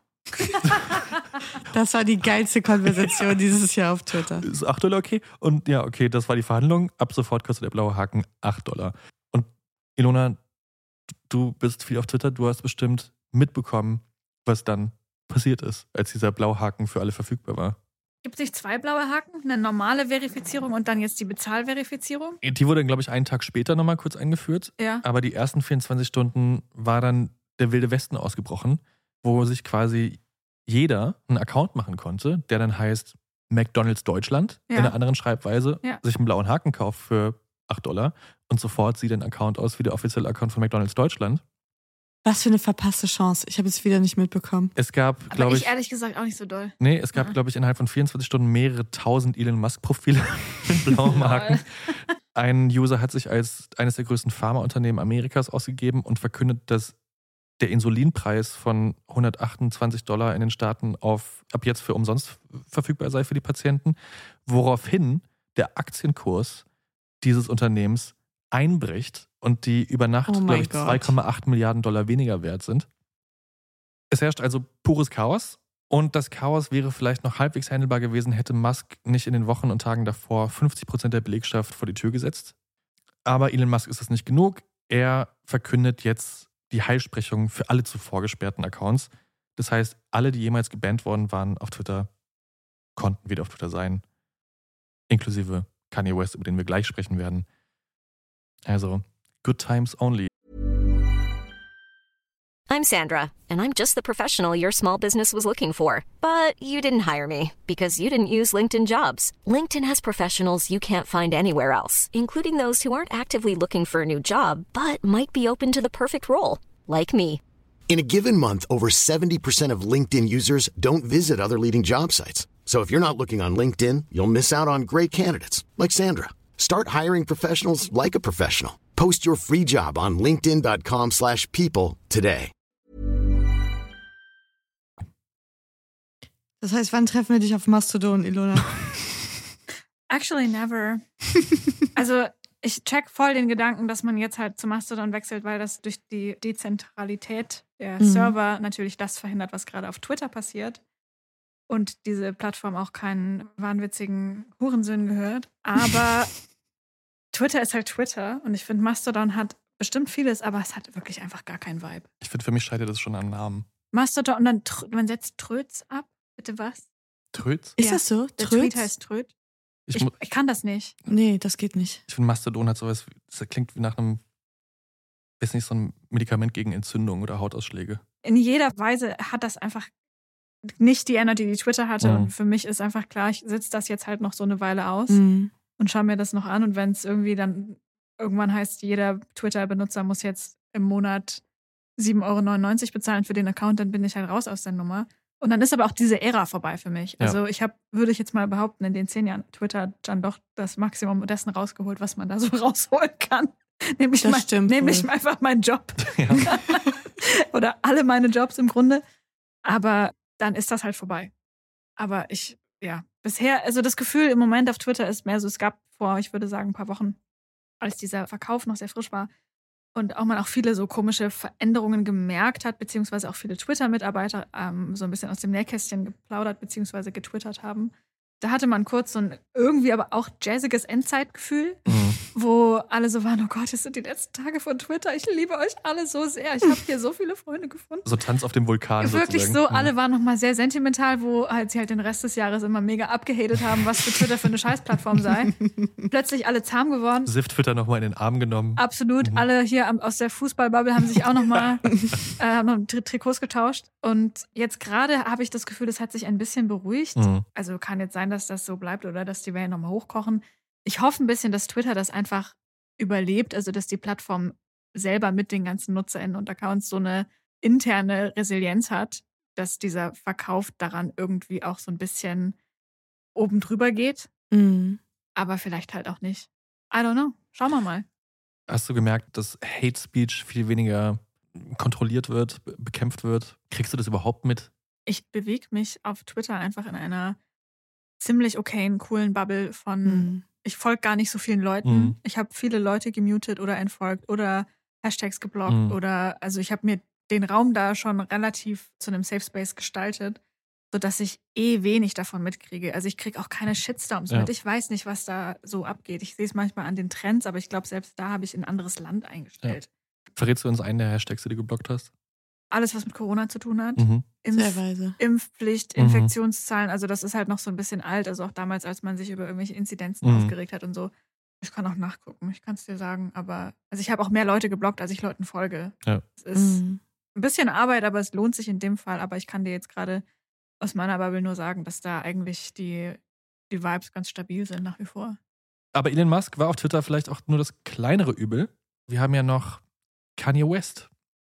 Das war die geilste Konversation dieses Jahr auf Twitter. Ist acht Dollar okay? Und ja, okay, das war die Verhandlung. Ab sofort kostet der blaue Haken acht Dollar. Und Ilona, du bist viel auf Twitter, du hast bestimmt mitbekommen, was dann passiert ist, als dieser blaue Haken für alle verfügbar war. Gibt es nicht zwei blaue Haken? Eine normale Verifizierung und dann jetzt die Bezahlverifizierung? Die wurde dann, glaube ich, einen Tag später nochmal kurz eingeführt. Ja. Aber die ersten vierundzwanzig Stunden war dann der wilde Westen ausgebrochen, wo sich quasi jeder einen Account machen konnte, der dann heißt McDonald's Deutschland, Ja. in einer anderen Schreibweise, Ja. sich einen blauen Haken kauft für acht Dollar und sofort sieht ein Account aus wie der offizielle Account von McDonald's Deutschland. Was für eine verpasste Chance. Ich habe es wieder nicht mitbekommen. Es gab, Aber glaube ich ich, ehrlich gesagt auch nicht so doll. nee, es gab, Ja. glaube ich, innerhalb von vierundzwanzig Stunden mehrere tausend Elon Musk-Profile mit blauen Haken. Ein User hat sich als eines der größten Pharmaunternehmen Amerikas ausgegeben und verkündet, dass der Insulinpreis von hundertachtundzwanzig Dollar in den Staaten auf ab jetzt für umsonst verfügbar sei für die Patienten, woraufhin der Aktienkurs dieses Unternehmens einbricht und die über Nacht, Oh mein glaube ich, Gott. zwei Komma acht Milliarden Dollar weniger wert sind. Es herrscht also pures Chaos und das Chaos wäre vielleicht noch halbwegs handelbar gewesen, hätte Musk nicht in den Wochen und Tagen davor fünfzig Prozent der Belegschaft vor die Tür gesetzt. Aber Elon Musk ist das nicht genug. Er verkündet jetzt die Heilsprechung für alle zuvor gesperrten Accounts. Das heißt, alle, die jemals gebannt worden waren auf Twitter, konnten wieder auf Twitter sein. Inklusive Kanye West, über den wir gleich sprechen werden. Also, good times only. I'm Sandra, and I'm just the professional your small business was looking for. But you didn't hire me because you didn't use LinkedIn Jobs. LinkedIn has professionals you can't find anywhere else, including those who aren't actively looking for a new job, but might be open to the perfect role, like me. In a given month, over seventy percent of LinkedIn users don't visit other leading job sites. So if you're not looking on LinkedIn, you'll miss out on great candidates like Sandra. Start hiring professionals like a professional. Post your free job on linkedin dot com slash people today. Das heißt, wann treffen wir dich auf Mastodon, Ilona? Actually never. Also ich check voll den Gedanken, dass man jetzt halt zu Mastodon wechselt, weil das durch die Dezentralität der Mhm. Server natürlich das verhindert, was gerade auf Twitter passiert. Und diese Plattform auch keinen wahnwitzigen Hurensöhnen gehört. Aber Twitter ist halt Twitter und ich finde, Mastodon hat bestimmt vieles, aber es hat wirklich einfach gar keinen Vibe. Ich finde, für mich scheitert das schon am Namen. Mastodon und dann tr- man setzt Tröts ab. Bitte was? Tröts? Ist Ja, das so? Der Tröts? Tweet heißt Tröt. Ich, Ich, mu- ich kann das nicht. Nee, das geht nicht. ich finde, Mastodon hat sowas, das klingt wie nach einem, ist nicht so ein Medikament gegen Entzündung oder Hautausschläge. In jeder Weise hat das einfach nicht die Energy, die Twitter hatte. Mhm. Und für mich ist einfach klar, ich sitze das jetzt halt noch so eine Weile aus Mhm. und schaue mir das noch an. Und wenn es irgendwie dann irgendwann heißt, jeder Twitter-Benutzer muss jetzt im Monat sieben Euro neunundneunzig bezahlen für den Account, dann bin ich halt raus aus der Nummer. Und dann ist aber auch diese Ära vorbei für mich. Ja. Also ich habe, würde ich jetzt mal behaupten, in den zehn Jahren Twitter dann doch das Maximum dessen rausgeholt, was man da so rausholen kann. Nämlich, Das mein, stimmt nämlich wohl. einfach meinen Job. Ja. Oder alle meine Jobs im Grunde. Aber dann ist das halt vorbei. Aber ich, ja, bisher, also das Gefühl im Moment auf Twitter ist mehr so, es gab vor, ich würde sagen, ein paar Wochen, als dieser Verkauf noch sehr frisch war und auch man auch viele so komische Veränderungen gemerkt hat, beziehungsweise auch viele Twitter-Mitarbeiter ähm, so ein bisschen aus dem Nähkästchen geplaudert, beziehungsweise getwittert haben. Da hatte man kurz so ein irgendwie aber auch jazziges Endzeitgefühl, Mhm. wo alle so waren, oh Gott, es sind die letzten Tage von Twitter, ich liebe euch alle so sehr, ich habe hier so viele Freunde gefunden. So Tanz auf dem Vulkan Wirklich sozusagen. so, alle waren nochmal sehr sentimental, wo halt sie halt den Rest des Jahres immer mega abgehatet haben, was für Twitter für eine Scheißplattform sei. Plötzlich alle zahm geworden. Sift Twitter nochmal in den Arm genommen. Absolut, Mhm. alle hier am, aus der Fußballbubble haben sich auch nochmal äh, haben noch Tri Trikots getauscht. Und jetzt gerade habe ich das Gefühl, es hat sich ein bisschen beruhigt. Mhm. Also kann jetzt sein, dass das so bleibt oder dass die Wellen nochmal hochkochen. Ich hoffe ein bisschen, dass Twitter das einfach überlebt, also dass die Plattform selber mit den ganzen NutzerInnen und Accounts so eine interne Resilienz hat, dass dieser Verkauf daran irgendwie auch so ein bisschen oben drüber geht. Mhm. Aber vielleicht halt auch nicht. I don't know. Schauen wir mal. Hast du gemerkt, dass Hate Speech viel weniger kontrolliert wird, be- bekämpft wird? Kriegst du das überhaupt mit? Ich bewege mich auf Twitter einfach in einer ziemlich okayen, coolen Bubble von, Mhm. ich folge gar nicht so vielen Leuten. Mhm. Ich habe viele Leute gemutet oder entfolgt oder Hashtags geblockt Mhm. oder, also ich habe mir den Raum da schon relativ zu einem Safe Space gestaltet, sodass ich eh wenig davon mitkriege. Also ich kriege auch keine Shitstorms Ja. mit. Ich weiß nicht, was da so abgeht. Ich sehe es manchmal an den Trends, aber ich glaube, selbst da habe ich ein anderes Land eingestellt. Verrätst du uns einen der Hashtags, die du geblockt hast? Alles, was mit Corona zu tun hat. Mhm. Sehr Impf weise. Impfpflicht, Mhm. Infektionszahlen, also das ist halt noch so ein bisschen alt, also auch damals, als man sich über irgendwelche Inzidenzen Mhm. aufgeregt hat und so. Ich kann auch nachgucken, ich kann es dir sagen, aber also ich habe auch mehr Leute geblockt, als ich Leuten folge. Ja. Es ist Mhm. ein bisschen Arbeit, aber es lohnt sich in dem Fall, aber ich kann dir jetzt gerade aus meiner Bubble nur sagen, dass da eigentlich die, die Vibes ganz stabil sind nach wie vor. Aber Elon Musk war auf Twitter vielleicht auch nur das kleinere Übel. Wir haben ja noch Kanye West.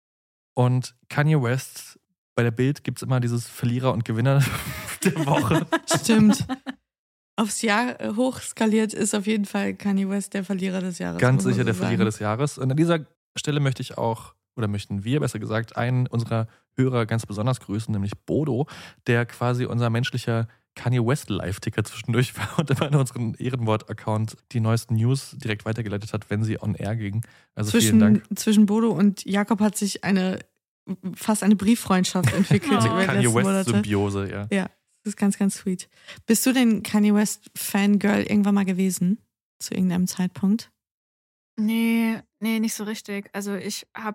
Und Kanye West, bei der Bild gibt es immer dieses Verlierer und Gewinner der Woche. Stimmt. Aufs Jahr hochskaliert ist auf jeden Fall Kanye West der Verlierer des Jahres. Ganz sicher der Verlierer des Jahres. Und an dieser Stelle möchte ich auch, oder möchten wir besser gesagt, einen unserer Hörer ganz besonders grüßen, nämlich Bodo, der quasi unser menschlicher Kanye West Live-Ticker zwischendurch war und immer in unseren Ehrenwort-Account die neuesten News direkt weitergeleitet hat, wenn sie on air ging. Also zwischen, vielen Dank. Zwischen Bodo und Jakob hat sich eine fast eine Brieffreundschaft entwickelt. Oh. Kanye West-Symbiose, ja. Ja, das ist ganz, ganz sweet. Bist du denn Kanye West-Fangirl irgendwann mal gewesen? Zu irgendeinem Zeitpunkt? Nee, nee, nicht so richtig. Also ich habe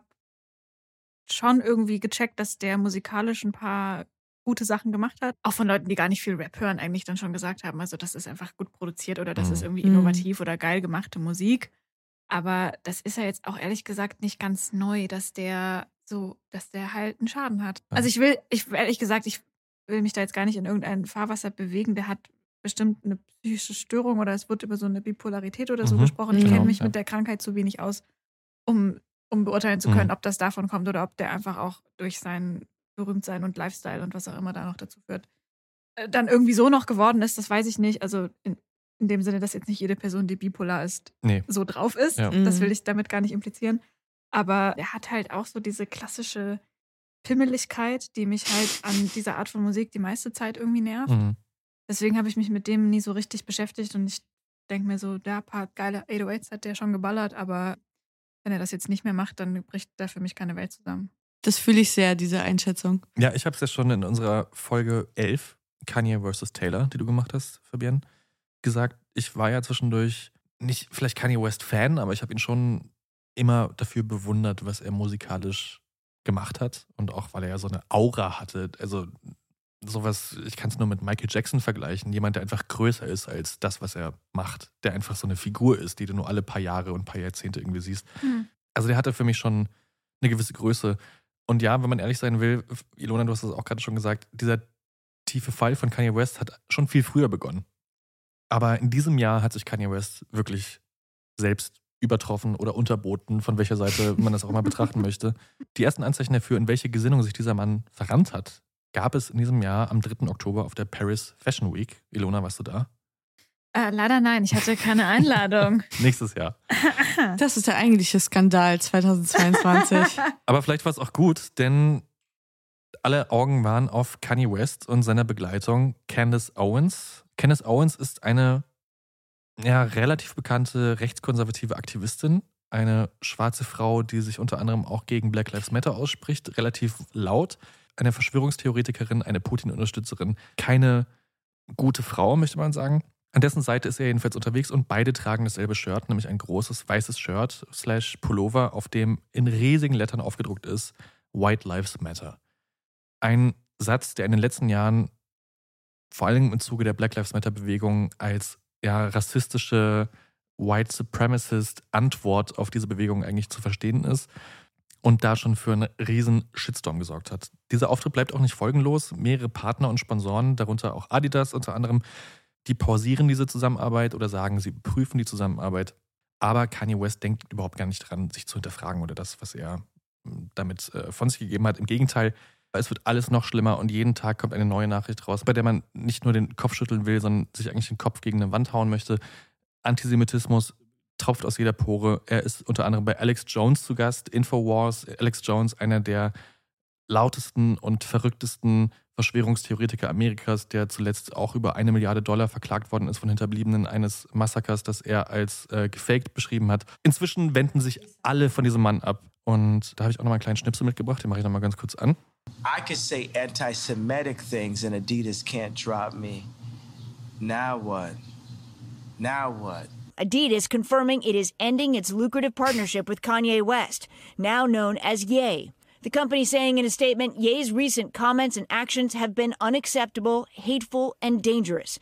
schon irgendwie gecheckt, dass der musikalisch ein paar gute Sachen gemacht hat. Auch von Leuten, die gar nicht viel Rap hören, eigentlich dann schon gesagt haben, also das ist einfach gut produziert oder das ist irgendwie innovativ oder geil gemachte Musik. Aber das ist ja jetzt auch ehrlich gesagt nicht ganz neu, dass der so, dass der halt einen Schaden hat. Ja. Also ich will, ich ehrlich gesagt, ich will mich da jetzt gar nicht in irgendein Fahrwasser bewegen. Der hat bestimmt eine psychische Störung oder es wird über so eine Bipolarität oder so mhm. gesprochen. Ich genau, kenne mich ja. mit der Krankheit zu wenig aus, um, um beurteilen zu können, mhm. ob das davon kommt oder ob der einfach auch durch sein Berühmtsein und Lifestyle und was auch immer da noch dazu führt, dann irgendwie so noch geworden ist, das weiß ich nicht. Also in, in dem Sinne, dass jetzt nicht jede Person, die bipolar ist, nee. so drauf ist. Ja. Das will ich damit gar nicht implizieren. Aber er hat halt auch so diese klassische Pimmeligkeit, die mich halt an dieser Art von Musik die meiste Zeit irgendwie nervt. Mhm. Deswegen habe ich mich mit dem nie so richtig beschäftigt und ich denke mir so, der paar geile acht null achts hat der schon geballert, aber wenn er das jetzt nicht mehr macht, dann bricht da für mich keine Welt zusammen. Das fühle ich sehr, diese Einschätzung. Ja, ich habe es ja schon in unserer Folge elf, Kanye versus. Taylor, die du gemacht hast, Fabian, gesagt. Ich war ja zwischendurch nicht vielleicht Kanye West-Fan, aber ich habe ihn schon immer dafür bewundert, was er musikalisch gemacht hat. Und auch, weil er ja so eine Aura hatte. Also sowas, ich kann es nur mit Michael Jackson vergleichen. Jemand, der einfach größer ist als das, was er macht. Der einfach so eine Figur ist, die du nur alle paar Jahre und paar Jahrzehnte irgendwie siehst. Mhm. Also der hatte für mich schon eine gewisse Größe. Und ja, wenn man ehrlich sein will, Ilona, du hast es auch gerade schon gesagt, dieser tiefe Fall von Kanye West hat schon viel früher begonnen. Aber in diesem Jahr hat sich Kanye West wirklich selbst übertroffen oder unterboten, von welcher Seite man das auch immer betrachten möchte. Die ersten Anzeichen dafür, in welche Gesinnung sich dieser Mann verrannt hat, gab es in diesem Jahr am dritten Oktober auf der Paris Fashion Week. Ilona, warst du da? Äh, leider nein, ich hatte keine Einladung. Nächstes Jahr. Das ist der eigentliche Skandal zweitausendzweiundzwanzig. Aber vielleicht war es auch gut, denn alle Augen waren auf Kanye West und seiner Begleitung Candace Owens. Candace Owens ist eine ja, relativ bekannte rechtskonservative Aktivistin, eine schwarze Frau, die sich unter anderem auch gegen Black Lives Matter ausspricht, relativ laut. Eine Verschwörungstheoretikerin, eine Putin-Unterstützerin, keine gute Frau, möchte man sagen. An dessen Seite ist er jedenfalls unterwegs und beide tragen dasselbe Shirt, nämlich ein großes weißes Shirt slash Pullover, auf dem in riesigen Lettern aufgedruckt ist White Lives Matter. Ein Satz, der in den letzten Jahren, vor allem im Zuge der Black Lives Matter Bewegung, als ja, rassistische White Supremacist Antwort auf diese Bewegung eigentlich zu verstehen ist und da schon für einen riesen Shitstorm gesorgt hat. Dieser Auftritt bleibt auch nicht folgenlos. Mehrere Partner und Sponsoren, darunter auch Adidas unter anderem, die pausieren diese Zusammenarbeit oder sagen, sie prüfen die Zusammenarbeit. Aber Kanye West denkt überhaupt gar nicht dran, sich zu hinterfragen oder das, was er damit äh, von sich gegeben hat. Im Gegenteil, es wird alles noch schlimmer und jeden Tag kommt eine neue Nachricht raus, bei der man nicht nur den Kopf schütteln will, sondern sich eigentlich den Kopf gegen eine Wand hauen möchte. Antisemitismus tropft aus jeder Pore. Er ist unter anderem bei Alex Jones zu Gast, Infowars. Alex Jones, einer der lautesten und verrücktesten Verschwörungstheoretiker Amerikas, der zuletzt auch über eine Milliarde Dollar verklagt worden ist von Hinterbliebenen eines Massakers, das er als äh, gefaked beschrieben hat. Inzwischen wenden sich alle von diesem Mann ab. Und da habe ich auch noch mal einen kleinen Schnipsel mitgebracht, den mache ich noch mal ganz kurz an. I could say anti-Semitic things and Adidas can't drop me. Now what? Now what? Adidas confirming it is ending its lucrative partnership with Kanye West, now known as Ye. The company saying in a statement, Ye's recent comments and actions have been unacceptable, hateful and dangerous.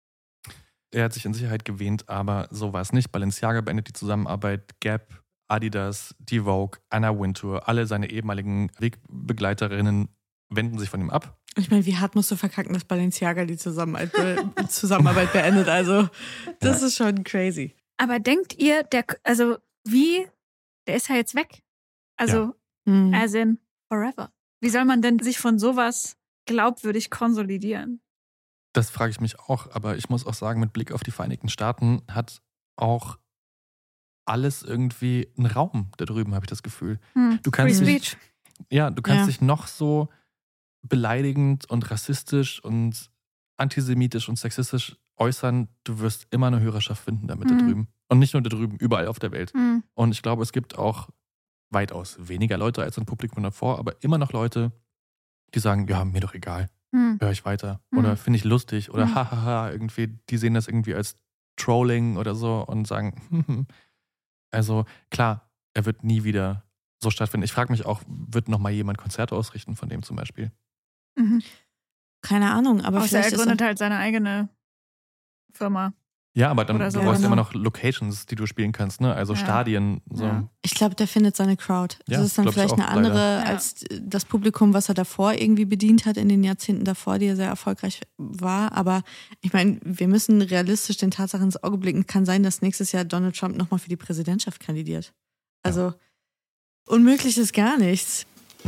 Er hat sich in Sicherheit gewähnt, aber so war es nicht. Balenciaga beendet die Zusammenarbeit, Gap, Adidas, die Vogue, Anna Wintour, alle seine ehemaligen Wegbegleiterinnen wenden sich von ihm ab. Ich meine, wie hart musst du verkacken, dass Balenciaga die Zusammenarbeit, be- Zusammenarbeit beendet? Also, das ja. ist schon crazy. Aber denkt ihr, der, also wie, der ist ja jetzt weg. Also, ja. as in, forever. Wie soll man denn sich von sowas glaubwürdig konsolidieren? Das frage ich mich auch, aber ich muss auch sagen, mit Blick auf die Vereinigten Staaten hat auch alles irgendwie einen Raum da drüben, habe ich das Gefühl. Hm. Du kannst Free dich, Speech. ja, du kannst Ja. dich noch so beleidigend und rassistisch und antisemitisch und sexistisch äußern, du wirst immer eine Hörerschaft finden damit Mhm. da drüben. Und nicht nur da drüben, überall auf der Welt. Mhm. Und ich glaube, es gibt auch weitaus weniger Leute als ein Publikum davor, aber immer noch Leute, die sagen, ja, mir doch egal, Mhm. höre ich weiter. Mhm. Oder finde ich lustig oder Mhm. hahaha, irgendwie, die sehen das irgendwie als Trolling oder so und sagen, hm, hm. Also klar, er wird nie wieder so stattfinden. Ich frage mich auch, wird noch mal jemand Konzerte ausrichten von dem zum Beispiel? Mhm. Keine Ahnung, aber Außer vielleicht er ist gründet halt seine eigene Firma. Ja, aber dann Oder du so. brauchst Ja, immer genau. noch Locations, die du spielen kannst, ne? Also Ja. Stadien. So. Ja. Ich glaube, der findet seine Crowd. Ja, das ist dann glaub ich vielleicht auch, eine andere leider. als das Publikum, was er davor irgendwie bedient hat in den Jahrzehnten davor, die er sehr erfolgreich war. Aber ich meine, wir müssen realistisch den Tatsachen ins Auge blicken. Kann sein, dass nächstes Jahr Donald Trump nochmal für die Präsidentschaft kandidiert. Also unmöglich ist gar nichts.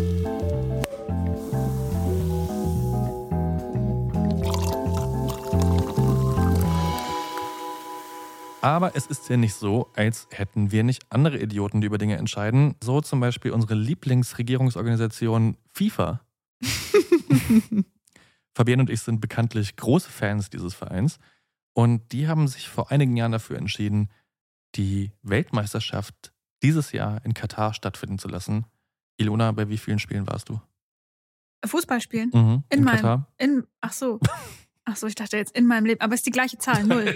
Aber es ist ja nicht so, als hätten wir nicht andere Idioten, die über Dinge entscheiden. So zum Beispiel unsere Lieblingsregierungsorganisation FIFA. Fabienne und ich sind bekanntlich große Fans dieses Vereins. Und die haben sich vor einigen Jahren dafür entschieden, die Weltmeisterschaft dieses Jahr in Katar stattfinden zu lassen. Ilona, bei wie vielen Spielen warst du? Fußball spielen? Mhm, in, in meinem. Katar? In, ach so. Ach so, ich dachte jetzt in meinem Leben. Aber es ist die gleiche Zahl, null.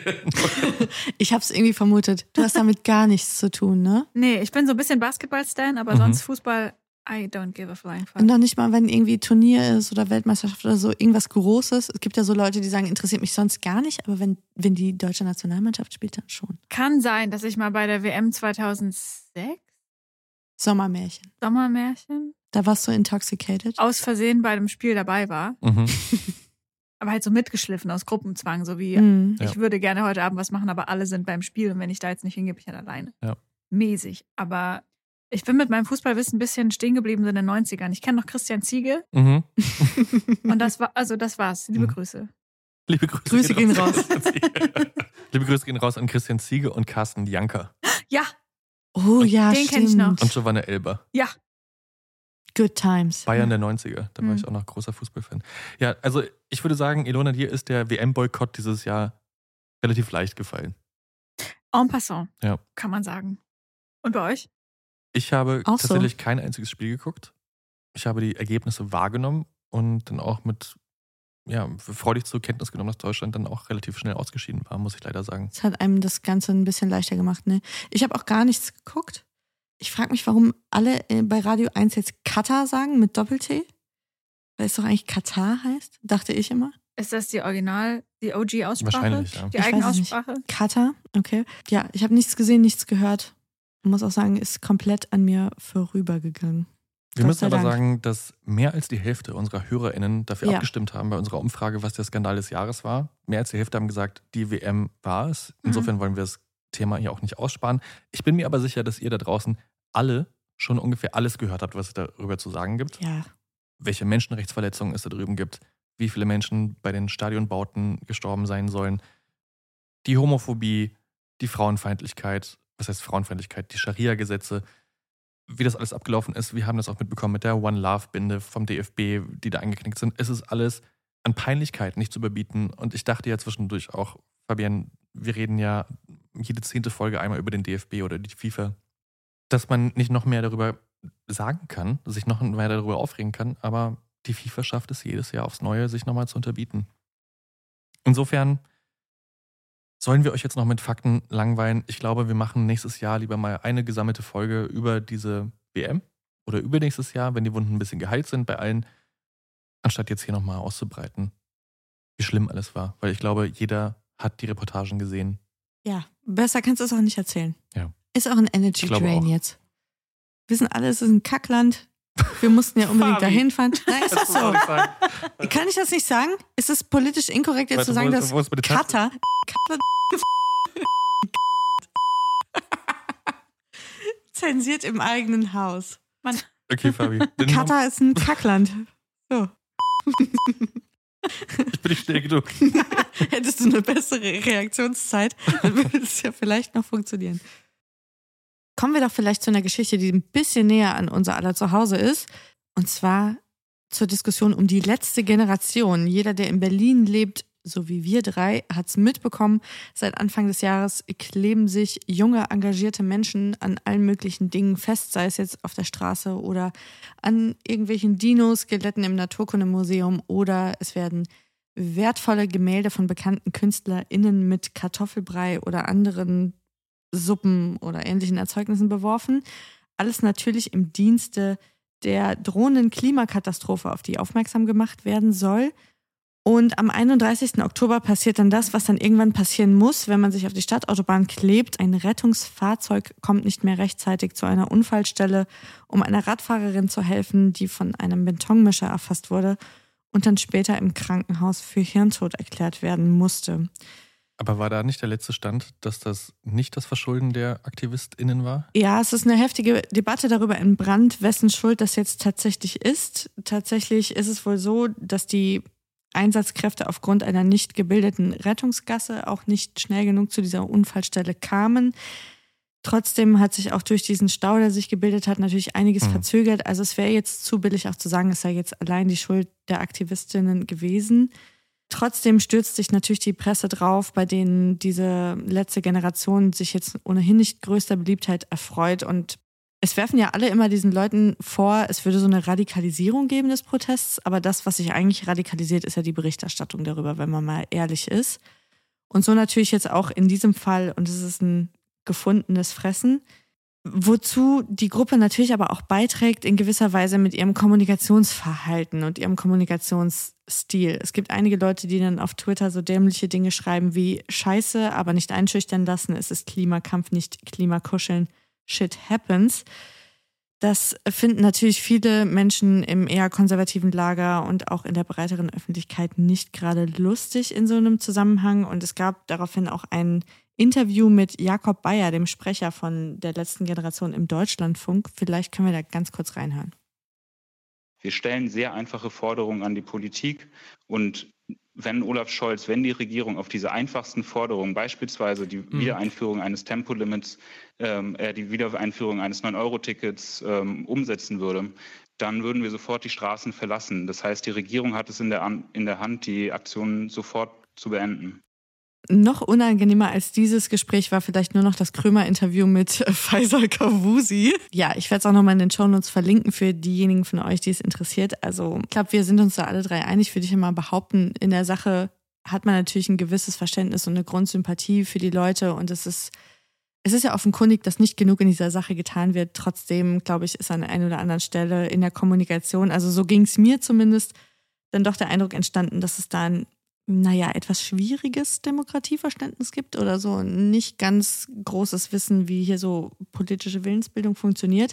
Ich habe es irgendwie vermutet. Du hast damit gar nichts zu tun, ne? Nee, ich bin so ein bisschen Basketball-Stan, aber Mhm. sonst Fußball, I don't give a flying fuck. Und noch nicht mal, wenn irgendwie Turnier ist oder Weltmeisterschaft oder so, irgendwas Großes. Es gibt ja so Leute, die sagen, interessiert mich sonst gar nicht, aber wenn, wenn die deutsche Nationalmannschaft spielt, dann schon. Kann sein, dass ich mal bei der W M zweitausendsechs, Sommermärchen. Sommermärchen, Da warst du intoxicated. aus Versehen bei dem Spiel dabei war. Mhm. Aber halt so mitgeschliffen aus Gruppenzwang, so wie Mhm. ich Ja. würde gerne heute Abend was machen, aber alle sind beim Spiel und wenn ich da jetzt nicht hingehe, bin ich halt alleine. Ja. Mäßig. Aber ich bin mit meinem Fußballwissen ein bisschen stehen geblieben in den neunzigern. Ich kenne noch Christian Ziege Mhm. und das war, also das war's. Liebe Mhm. Grüße. Liebe Grüße, Grüße gehen raus. Christian Ziege. Liebe Grüße gehen raus an Christian Ziege und Carsten Janker Ja, Oh ja, den stimmt. kenn ich noch. und Giovanna Elber. ja. Good times. Bayern der neunziger, da war Mhm. ich auch noch großer Fußballfan. Ja, also ich würde sagen, Ilona, dir ist der W M-Boykott dieses Jahr relativ leicht gefallen. En passant, Ja. kann man sagen. Und bei euch? Ich habe Auch so. tatsächlich kein einziges Spiel geguckt. Ich habe die Ergebnisse wahrgenommen und dann auch mit, ja, freudig zur Kenntnis genommen, dass Deutschland dann auch relativ schnell ausgeschieden war, muss ich leider sagen. Das hat einem das Ganze ein bisschen leichter gemacht, ne? Ich habe auch gar nichts geguckt. Ich frage mich, warum alle äh, bei Radio eins jetzt Katar sagen mit Doppel-T. Weil es doch eigentlich Katar heißt, dachte ich immer. Ist das die Original, die O G-Aussprache? Wahrscheinlich, ja. Die Ich eigene weiß es nicht. Aussprache? Katar, okay. Ja, ich habe nichts gesehen, nichts gehört. Ich muss auch sagen, ist komplett an mir vorübergegangen. Wir Gott müssen sei aber Dank. sagen, dass mehr als die Hälfte unserer HörerInnen dafür Ja. abgestimmt haben bei unserer Umfrage, was der Skandal des Jahres war. Mehr als die Hälfte haben gesagt, die W M war es. Insofern wollen wir das Thema hier auch nicht aussparen. Ich bin mir aber sicher, dass ihr da draußen alle schon ungefähr alles gehört habt, was es darüber zu sagen gibt. Ja. Welche Menschenrechtsverletzungen es da drüben gibt, wie viele Menschen bei den Stadionbauten gestorben sein sollen, die Homophobie, die Frauenfeindlichkeit, was heißt Frauenfeindlichkeit, die Scharia-Gesetze, wie das alles abgelaufen ist. Wir haben das auch mitbekommen mit der One Love-Binde vom D F B, die da eingeknickt sind. Es ist alles an Peinlichkeit nicht zu überbieten. Und ich dachte ja zwischendurch auch, Fabian, wir reden ja jede zehnte Folge einmal über den D F B oder die FIFA, dass man nicht noch mehr darüber sagen kann, sich noch mehr darüber aufregen kann, aber die FIFA schafft es jedes Jahr aufs Neue, sich nochmal zu unterbieten. Insofern sollen wir euch jetzt noch mit Fakten langweilen. Ich glaube, wir machen nächstes Jahr lieber mal eine gesammelte Folge über diese W M oder übernächstes Jahr, wenn die Wunden ein bisschen geheilt sind bei allen, anstatt jetzt hier nochmal auszubreiten, wie schlimm alles war. Weil ich glaube, jeder hat die Reportagen gesehen. Ja, besser kannst du es auch nicht erzählen. Ja. Ist auch ein Energy Ich glaube Drain auch. jetzt. Wir sind alle, es ist ein Kackland. Wir mussten ja unbedingt Fabi. dahin fahren. Nein, ist das Das muss man so? nicht sagen. Kann ich das nicht sagen? Ist es politisch inkorrekt, jetzt Warte, zu sagen, wo- dass wo ist bitte Tat- Katar Katar- zensiert im eigenen Haus? Man, Okay, Fabi. Katar ist ein Kackland. So. Ich bin nicht schnell genug. Hättest du eine bessere Reaktionszeit, dann würde es ja vielleicht noch funktionieren. Kommen wir doch vielleicht zu einer Geschichte, die ein bisschen näher an unser aller Zuhause ist. Und zwar zur Diskussion um die letzte Generation. Jeder, der in Berlin lebt, so wie wir drei, hat es mitbekommen. Seit Anfang des Jahres kleben sich junge, engagierte Menschen an allen möglichen Dingen fest, sei es jetzt auf der Straße oder an irgendwelchen Dinos, Skeletten im Naturkundemuseum, oder es werden wertvolle Gemälde von bekannten KünstlerInnen mit Kartoffelbrei oder anderen Suppen oder ähnlichen Erzeugnissen beworfen. Alles natürlich im Dienste der drohenden Klimakatastrophe, auf die aufmerksam gemacht werden soll. Und am einunddreißigsten Oktober passiert dann das, was dann irgendwann passieren muss, wenn man sich auf die Stadtautobahn klebt. Ein Rettungsfahrzeug kommt nicht mehr rechtzeitig zu einer Unfallstelle, um einer Radfahrerin zu helfen, die von einem Betonmischer erfasst wurde und dann später im Krankenhaus für Hirntod erklärt werden musste. Aber war da nicht der letzte Stand, dass das nicht das Verschulden der AktivistInnen war? Ja, es ist eine heftige Debatte darüber entbrannt, wessen Schuld das jetzt tatsächlich ist. Tatsächlich ist es wohl so, dass die Einsatzkräfte aufgrund einer nicht gebildeten Rettungsgasse auch nicht schnell genug zu dieser Unfallstelle kamen. Trotzdem hat sich auch durch diesen Stau, der sich gebildet hat, natürlich einiges mhm. verzögert. Also es wäre jetzt zu billig auch zu sagen, es sei jetzt allein die Schuld der Aktivistinnen gewesen. Trotzdem stürzt sich natürlich die Presse drauf, bei denen diese letzte Generation sich jetzt ohnehin nicht größter Beliebtheit erfreut. Und es werfen ja alle immer diesen Leuten vor, es würde so eine Radikalisierung geben des Protests. Aber das, was sich eigentlich radikalisiert, ist ja die Berichterstattung darüber, wenn man mal ehrlich ist. Und so natürlich jetzt auch in diesem Fall. Und es ist ein gefundenes Fressen. Wozu die Gruppe natürlich aber auch beiträgt, in gewisser Weise mit ihrem Kommunikationsverhalten und ihrem Kommunikationsstil. Es gibt einige Leute, die dann auf Twitter so dämliche Dinge schreiben wie Scheiße, aber nicht einschüchtern lassen. Es ist Klimakampf, nicht Klimakuscheln. Shit happens. Das finden natürlich viele Menschen im eher konservativen Lager und auch in der breiteren Öffentlichkeit nicht gerade lustig in so einem Zusammenhang. Und es gab daraufhin auch ein Interview mit Jakob Bayer, dem Sprecher von der letzten Generation im Deutschlandfunk. Vielleicht können wir da ganz kurz reinhören. Wir stellen sehr einfache Forderungen an die Politik und wenn Olaf Scholz, wenn die Regierung auf diese einfachsten Forderungen, beispielsweise die mhm. Wiedereinführung eines Tempolimits, ähm, äh, die Wiedereinführung eines neun Euro Tickets ähm, umsetzen würde, dann würden wir sofort die Straßen verlassen. Das heißt, die Regierung hat es in der, in der Hand, die Aktionen sofort zu beenden. Noch unangenehmer als dieses Gespräch war vielleicht nur noch das Krömer-Interview mit Faisal Kawusi. Ja, ich werde es auch nochmal in den Shownotes verlinken für diejenigen von euch, die es interessiert. Also ich glaube, wir sind uns da alle drei einig. Würde ich immer behaupten, in der Sache hat man natürlich ein gewisses Verständnis und eine Grundsympathie für die Leute. Und es ist, es ist ja offenkundig, dass nicht genug in dieser Sache getan wird. Trotzdem, glaube ich, ist an der einen oder anderen Stelle in der Kommunikation, also so ging es mir zumindest, dann doch der Eindruck entstanden, dass es da ein naja, etwas schwieriges Demokratieverständnis gibt oder so nicht ganz großes Wissen, wie hier so politische Willensbildung funktioniert.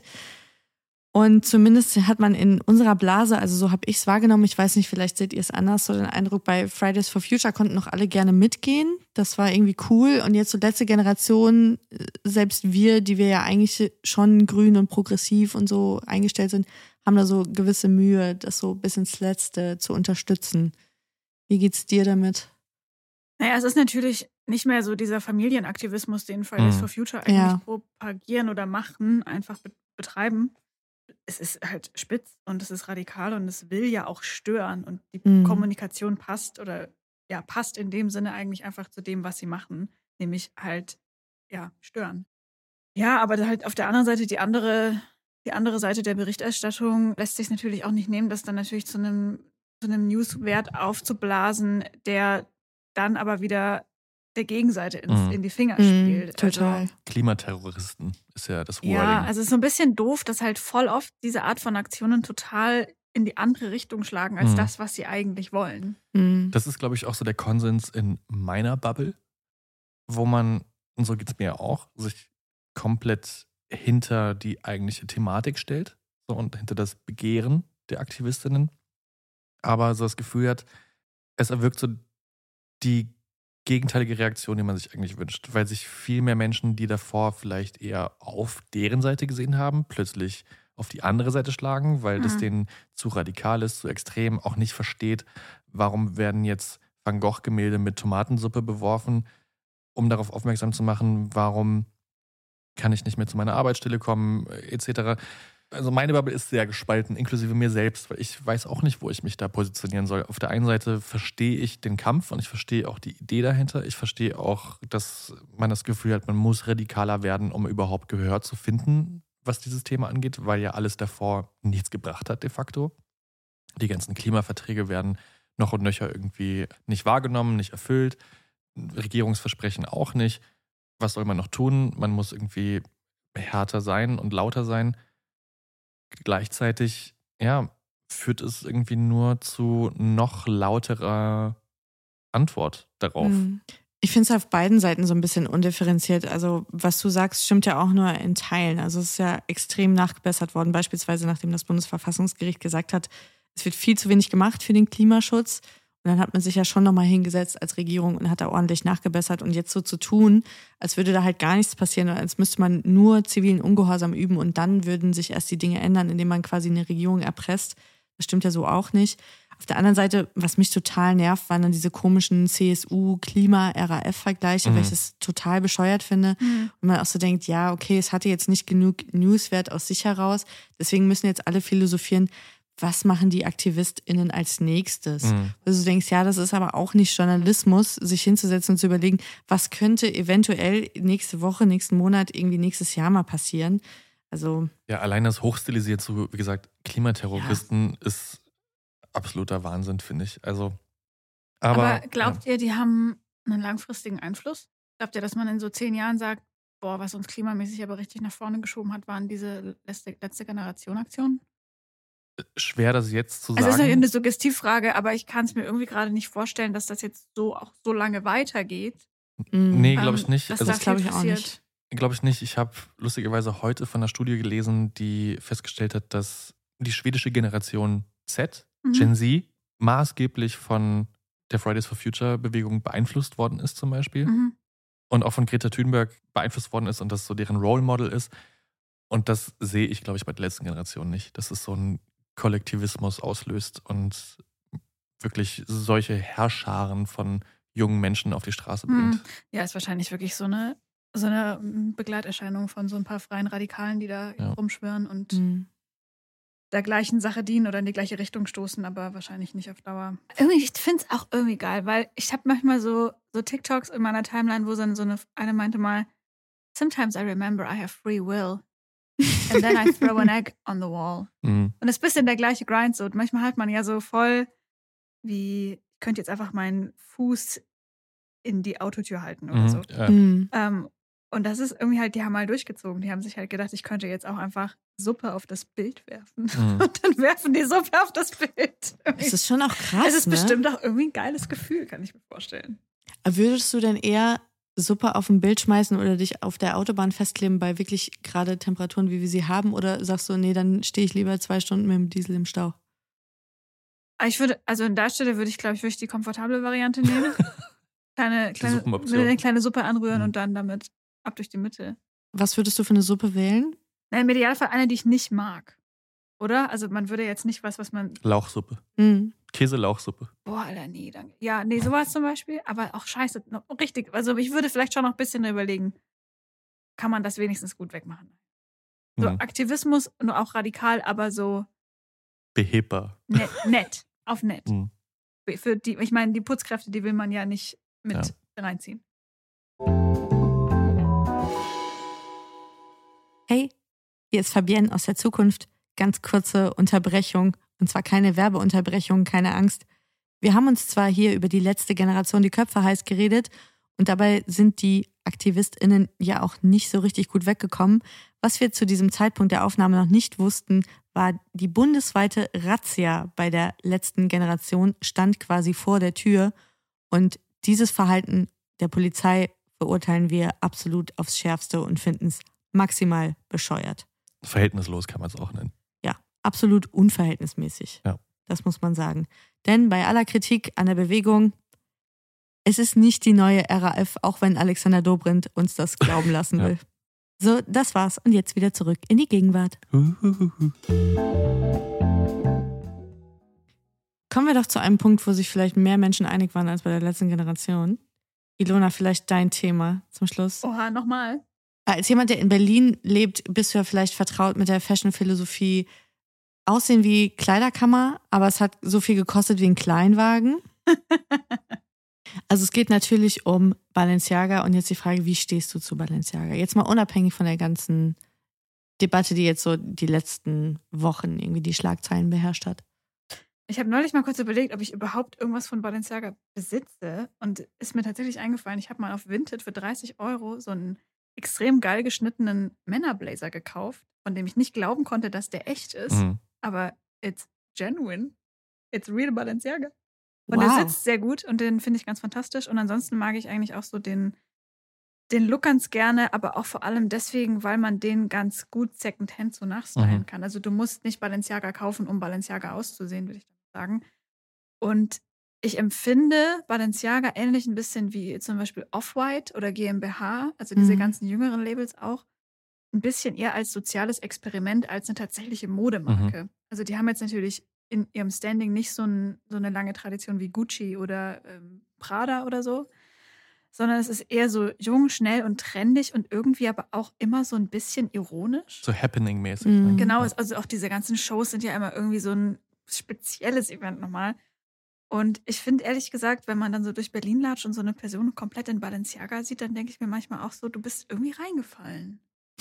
Und zumindest hat man in unserer Blase, also so habe ich es wahrgenommen, ich weiß nicht, vielleicht seht ihr es anders, so den Eindruck, bei Fridays for Future konnten noch alle gerne mitgehen. Das war irgendwie cool. Und jetzt so letzte Generation, selbst wir, die wir ja eigentlich schon grün und progressiv und so eingestellt sind, haben da so gewisse Mühe, das so bis ins Letzte zu unterstützen. Wie geht's dir damit? Naja, es ist natürlich nicht mehr so dieser Familienaktivismus, den Fridays mhm. for Future eigentlich ja. propagieren oder machen, einfach be- betreiben. Es ist halt spitz und es ist radikal und es will ja auch stören und die mhm. Kommunikation passt oder ja, passt in dem Sinne eigentlich einfach zu dem, was sie machen, nämlich halt, ja, stören. Ja, aber halt auf der anderen Seite die andere, die andere Seite der Berichterstattung lässt sich natürlich auch nicht nehmen, das dann natürlich zu einem zu einem Newswert aufzublasen, der dann aber wieder der Gegenseite ins, mhm. in die Finger spielt. Mhm, total. Also, Klimaterroristen ist ja das Wording. Ja, also es ist so ein bisschen doof, dass halt voll oft diese Art von Aktionen total in die andere Richtung schlagen, als mhm. das, was sie eigentlich wollen. Mhm. Das ist, glaube ich, auch so der Konsens in meiner Bubble, wo man, und so geht es mir ja auch, sich komplett hinter die eigentliche Thematik stellt so, und hinter das Begehren der Aktivistinnen. Aber so das Gefühl hat, es erwirkt so die gegenteilige Reaktion, die man sich eigentlich wünscht. Weil sich viel mehr Menschen, die davor vielleicht eher auf deren Seite gesehen haben, plötzlich auf die andere Seite schlagen, weil Mhm. das denen zu radikal ist, zu extrem, auch nicht versteht, warum werden jetzt Van Gogh-Gemälde mit Tomatensuppe beworfen, um darauf aufmerksam zu machen, warum kann ich nicht mehr zu meiner Arbeitsstelle kommen, et cetera. Also meine Bubble ist sehr gespalten, inklusive mir selbst, weil ich weiß auch nicht, wo ich mich da positionieren soll. Auf der einen Seite verstehe ich den Kampf und ich verstehe auch die Idee dahinter. Ich verstehe auch, dass man das Gefühl hat, man muss radikaler werden, um überhaupt Gehör zu finden, was dieses Thema angeht, weil ja alles davor nichts gebracht hat de facto. Die ganzen Klimaverträge werden noch und nöcher irgendwie nicht wahrgenommen, nicht erfüllt. Regierungsversprechen auch nicht. Was soll man noch tun? Man muss irgendwie härter sein und lauter sein. Gleichzeitig, ja, führt es irgendwie nur zu noch lauterer Antwort darauf. Mhm. Ich finde es auf beiden Seiten so ein bisschen undifferenziert. Also was du sagst, stimmt ja auch nur in Teilen. Also es ist ja extrem nachgebessert worden, beispielsweise nachdem das Bundesverfassungsgericht gesagt hat, es wird viel zu wenig gemacht für den Klimaschutz. Und dann hat man sich ja schon nochmal hingesetzt als Regierung und hat da ordentlich nachgebessert. Und jetzt so zu tun, als würde da halt gar nichts passieren, als müsste man nur zivilen Ungehorsam üben und dann würden sich erst die Dinge ändern, indem man quasi eine Regierung erpresst. Das stimmt ja so auch nicht. Auf der anderen Seite, was mich total nervt, waren dann diese komischen C S U-Klima-R A F-Vergleiche, mhm. weil ich das total bescheuert finde. Mhm. Und man auch so denkt, ja, okay, es hatte jetzt nicht genug Newswert aus sich heraus. Deswegen müssen jetzt alle philosophieren, was machen die AktivistInnen als nächstes? Mhm. Also du denkst, ja, das ist aber auch nicht Journalismus, sich hinzusetzen und zu überlegen, was könnte eventuell nächste Woche, nächsten Monat, irgendwie nächstes Jahr mal passieren. Also ja, allein das hochstilisiert zu, wie gesagt, Klimaterroristen ja. ist absoluter Wahnsinn, finde ich. Also, aber, aber glaubt ja. ihr, die haben einen langfristigen Einfluss? Glaubt ihr, dass man in so zehn Jahren sagt, boah, was uns klimamäßig aber richtig nach vorne geschoben hat, waren diese letzte, letzte Generation-Aktionen? Schwer, das jetzt zu sagen. Also es ist eine Suggestivfrage, aber ich kann es mir irgendwie gerade nicht vorstellen, dass das jetzt so auch so lange weitergeht. Nee, glaube ich nicht. Das, also, das glaube ich auch nicht. Glaube ich nicht. Ich habe lustigerweise heute von einer Studie gelesen, die festgestellt hat, dass die schwedische Generation Z, mhm. Gen Z, maßgeblich von der Fridays for Future Bewegung beeinflusst worden ist zum Beispiel. Mhm. Und auch von Greta Thunberg beeinflusst worden ist und das so deren Role Model ist. Und das sehe ich, glaube ich, bei der letzten Generation nicht. Das ist so ein Kollektivismus auslöst und wirklich solche Heerscharen von jungen Menschen auf die Straße bringt. Ja, ist wahrscheinlich wirklich so eine, so eine Begleiterscheinung von so ein paar freien Radikalen, die da ja. rumschwirren und mhm. der gleichen Sache dienen oder in die gleiche Richtung stoßen, aber wahrscheinlich nicht auf Dauer. Irgendwie, ich finde es auch irgendwie geil, weil ich habe manchmal so, so TikToks in meiner Timeline, wo so eine, eine meinte mal, sometimes I remember I have free will. And then I throw an egg on the wall. Mhm. Und das ist ein bisschen der gleiche Grind so. Und manchmal hat man ja so voll wie, ich könnte jetzt einfach meinen Fuß in die Autotür halten oder mhm. so. Ja. Mhm. Ähm, und das ist irgendwie halt, die haben mal durchgezogen. Die haben sich halt gedacht, ich könnte jetzt auch einfach Suppe auf das Bild werfen. Mhm. Und dann werfen die Suppe auf das Bild. Das ist schon auch krass, Es ist ne? bestimmt auch irgendwie ein geiles Gefühl, kann ich mir vorstellen. Aber würdest du denn eher Suppe auf ein Bild schmeißen oder dich auf der Autobahn festkleben bei wirklich gerade Temperaturen, wie wir sie haben? Oder sagst du, nee, dann stehe ich lieber zwei Stunden mit dem Diesel im Stau? Ich würde, also an der Stelle würde ich, glaube ich, wirklich die komfortable Variante nehmen. Kleine, kleine, eine kleine Suppe anrühren mhm. und dann damit ab durch die Mitte. Was würdest du für eine Suppe wählen? Na, im Idealfall eine, die ich nicht mag. Oder? Also man würde jetzt nicht was, was man... Lauchsuppe. Mhm. Käse-Lauchsuppe. Boah, Alter, nee, danke. Ja, nee, sowas zum Beispiel. Aber auch scheiße, richtig. Also ich würde vielleicht schon noch ein bisschen überlegen, kann man das wenigstens gut wegmachen. So mhm. Aktivismus, nur auch radikal, aber so... Behebbar. Nett, nett auf nett. Mhm. Für die, ich meine, die Putzkräfte, die will man ja nicht mit ja. reinziehen. Hey, hier ist Fabienne aus der Zukunft. Ganz kurze Unterbrechung. Und zwar keine Werbeunterbrechung, keine Angst. Wir haben uns zwar hier über die letzte Generation die Köpfe heiß geredet und dabei sind die AktivistInnen ja auch nicht so richtig gut weggekommen. Was wir zu diesem Zeitpunkt der Aufnahme noch nicht wussten, war die bundesweite Razzia bei der letzten Generation stand quasi vor der Tür. Und dieses Verhalten der Polizei verurteilen wir absolut aufs Schärfste und finden es maximal bescheuert. Verhältnislos kann man es auch nennen. Ja, absolut unverhältnismäßig. Ja. Das muss man sagen. Denn bei aller Kritik an der Bewegung, es ist nicht die neue R A F, auch wenn Alexander Dobrindt uns das glauben lassen will. So, das war's. Und jetzt wieder zurück in die Gegenwart. Kommen wir doch zu einem Punkt, wo sich vielleicht mehr Menschen einig waren als bei der letzten Generation. Ilona, vielleicht dein Thema zum Schluss. Oha, nochmal. Als jemand, der in Berlin lebt, bist du ja vielleicht vertraut mit der Fashion-Philosophie. Aussehen wie Kleiderkammer, aber es hat so viel gekostet wie ein Kleinwagen. Also es geht natürlich um Balenciaga und jetzt die Frage, wie stehst du zu Balenciaga? Jetzt mal unabhängig von der ganzen Debatte, die jetzt so die letzten Wochen irgendwie die Schlagzeilen beherrscht hat. Ich habe neulich mal kurz überlegt, ob ich überhaupt irgendwas von Balenciaga besitze und ist mir tatsächlich eingefallen, ich habe mal auf Vinted für dreißig Euro so einen extrem geil geschnittenen Männerblazer gekauft, von dem ich nicht glauben konnte, dass der echt ist, mhm. aber it's genuine, it's real Balenciaga. Und wow. Der sitzt sehr gut und den finde ich ganz fantastisch und ansonsten mag ich eigentlich auch so den, den Look ganz gerne, aber auch vor allem deswegen, weil man den ganz gut Secondhand so nachstylen mhm. kann. Also du musst nicht Balenciaga kaufen, um Balenciaga auszusehen, würde ich sagen. Und ich empfinde Balenciaga ähnlich ein bisschen wie zum Beispiel Off-White oder G m B H, also diese mhm. ganzen jüngeren Labels auch, ein bisschen eher als soziales Experiment als eine tatsächliche Modemarke. Mhm. Also die haben jetzt natürlich in ihrem Standing nicht so, ein, so eine lange Tradition wie Gucci oder ähm, Prada oder so, sondern es ist eher so jung, schnell und trendig und irgendwie aber auch immer so ein bisschen ironisch. So Happening-mäßig. Mhm. Ne? Genau, also auch diese ganzen Shows sind ja immer irgendwie so ein spezielles Event nochmal. Und ich finde ehrlich gesagt, wenn man dann so durch Berlin latscht und so eine Person komplett in Balenciaga sieht, dann denke ich mir manchmal auch so, du bist irgendwie reingefallen.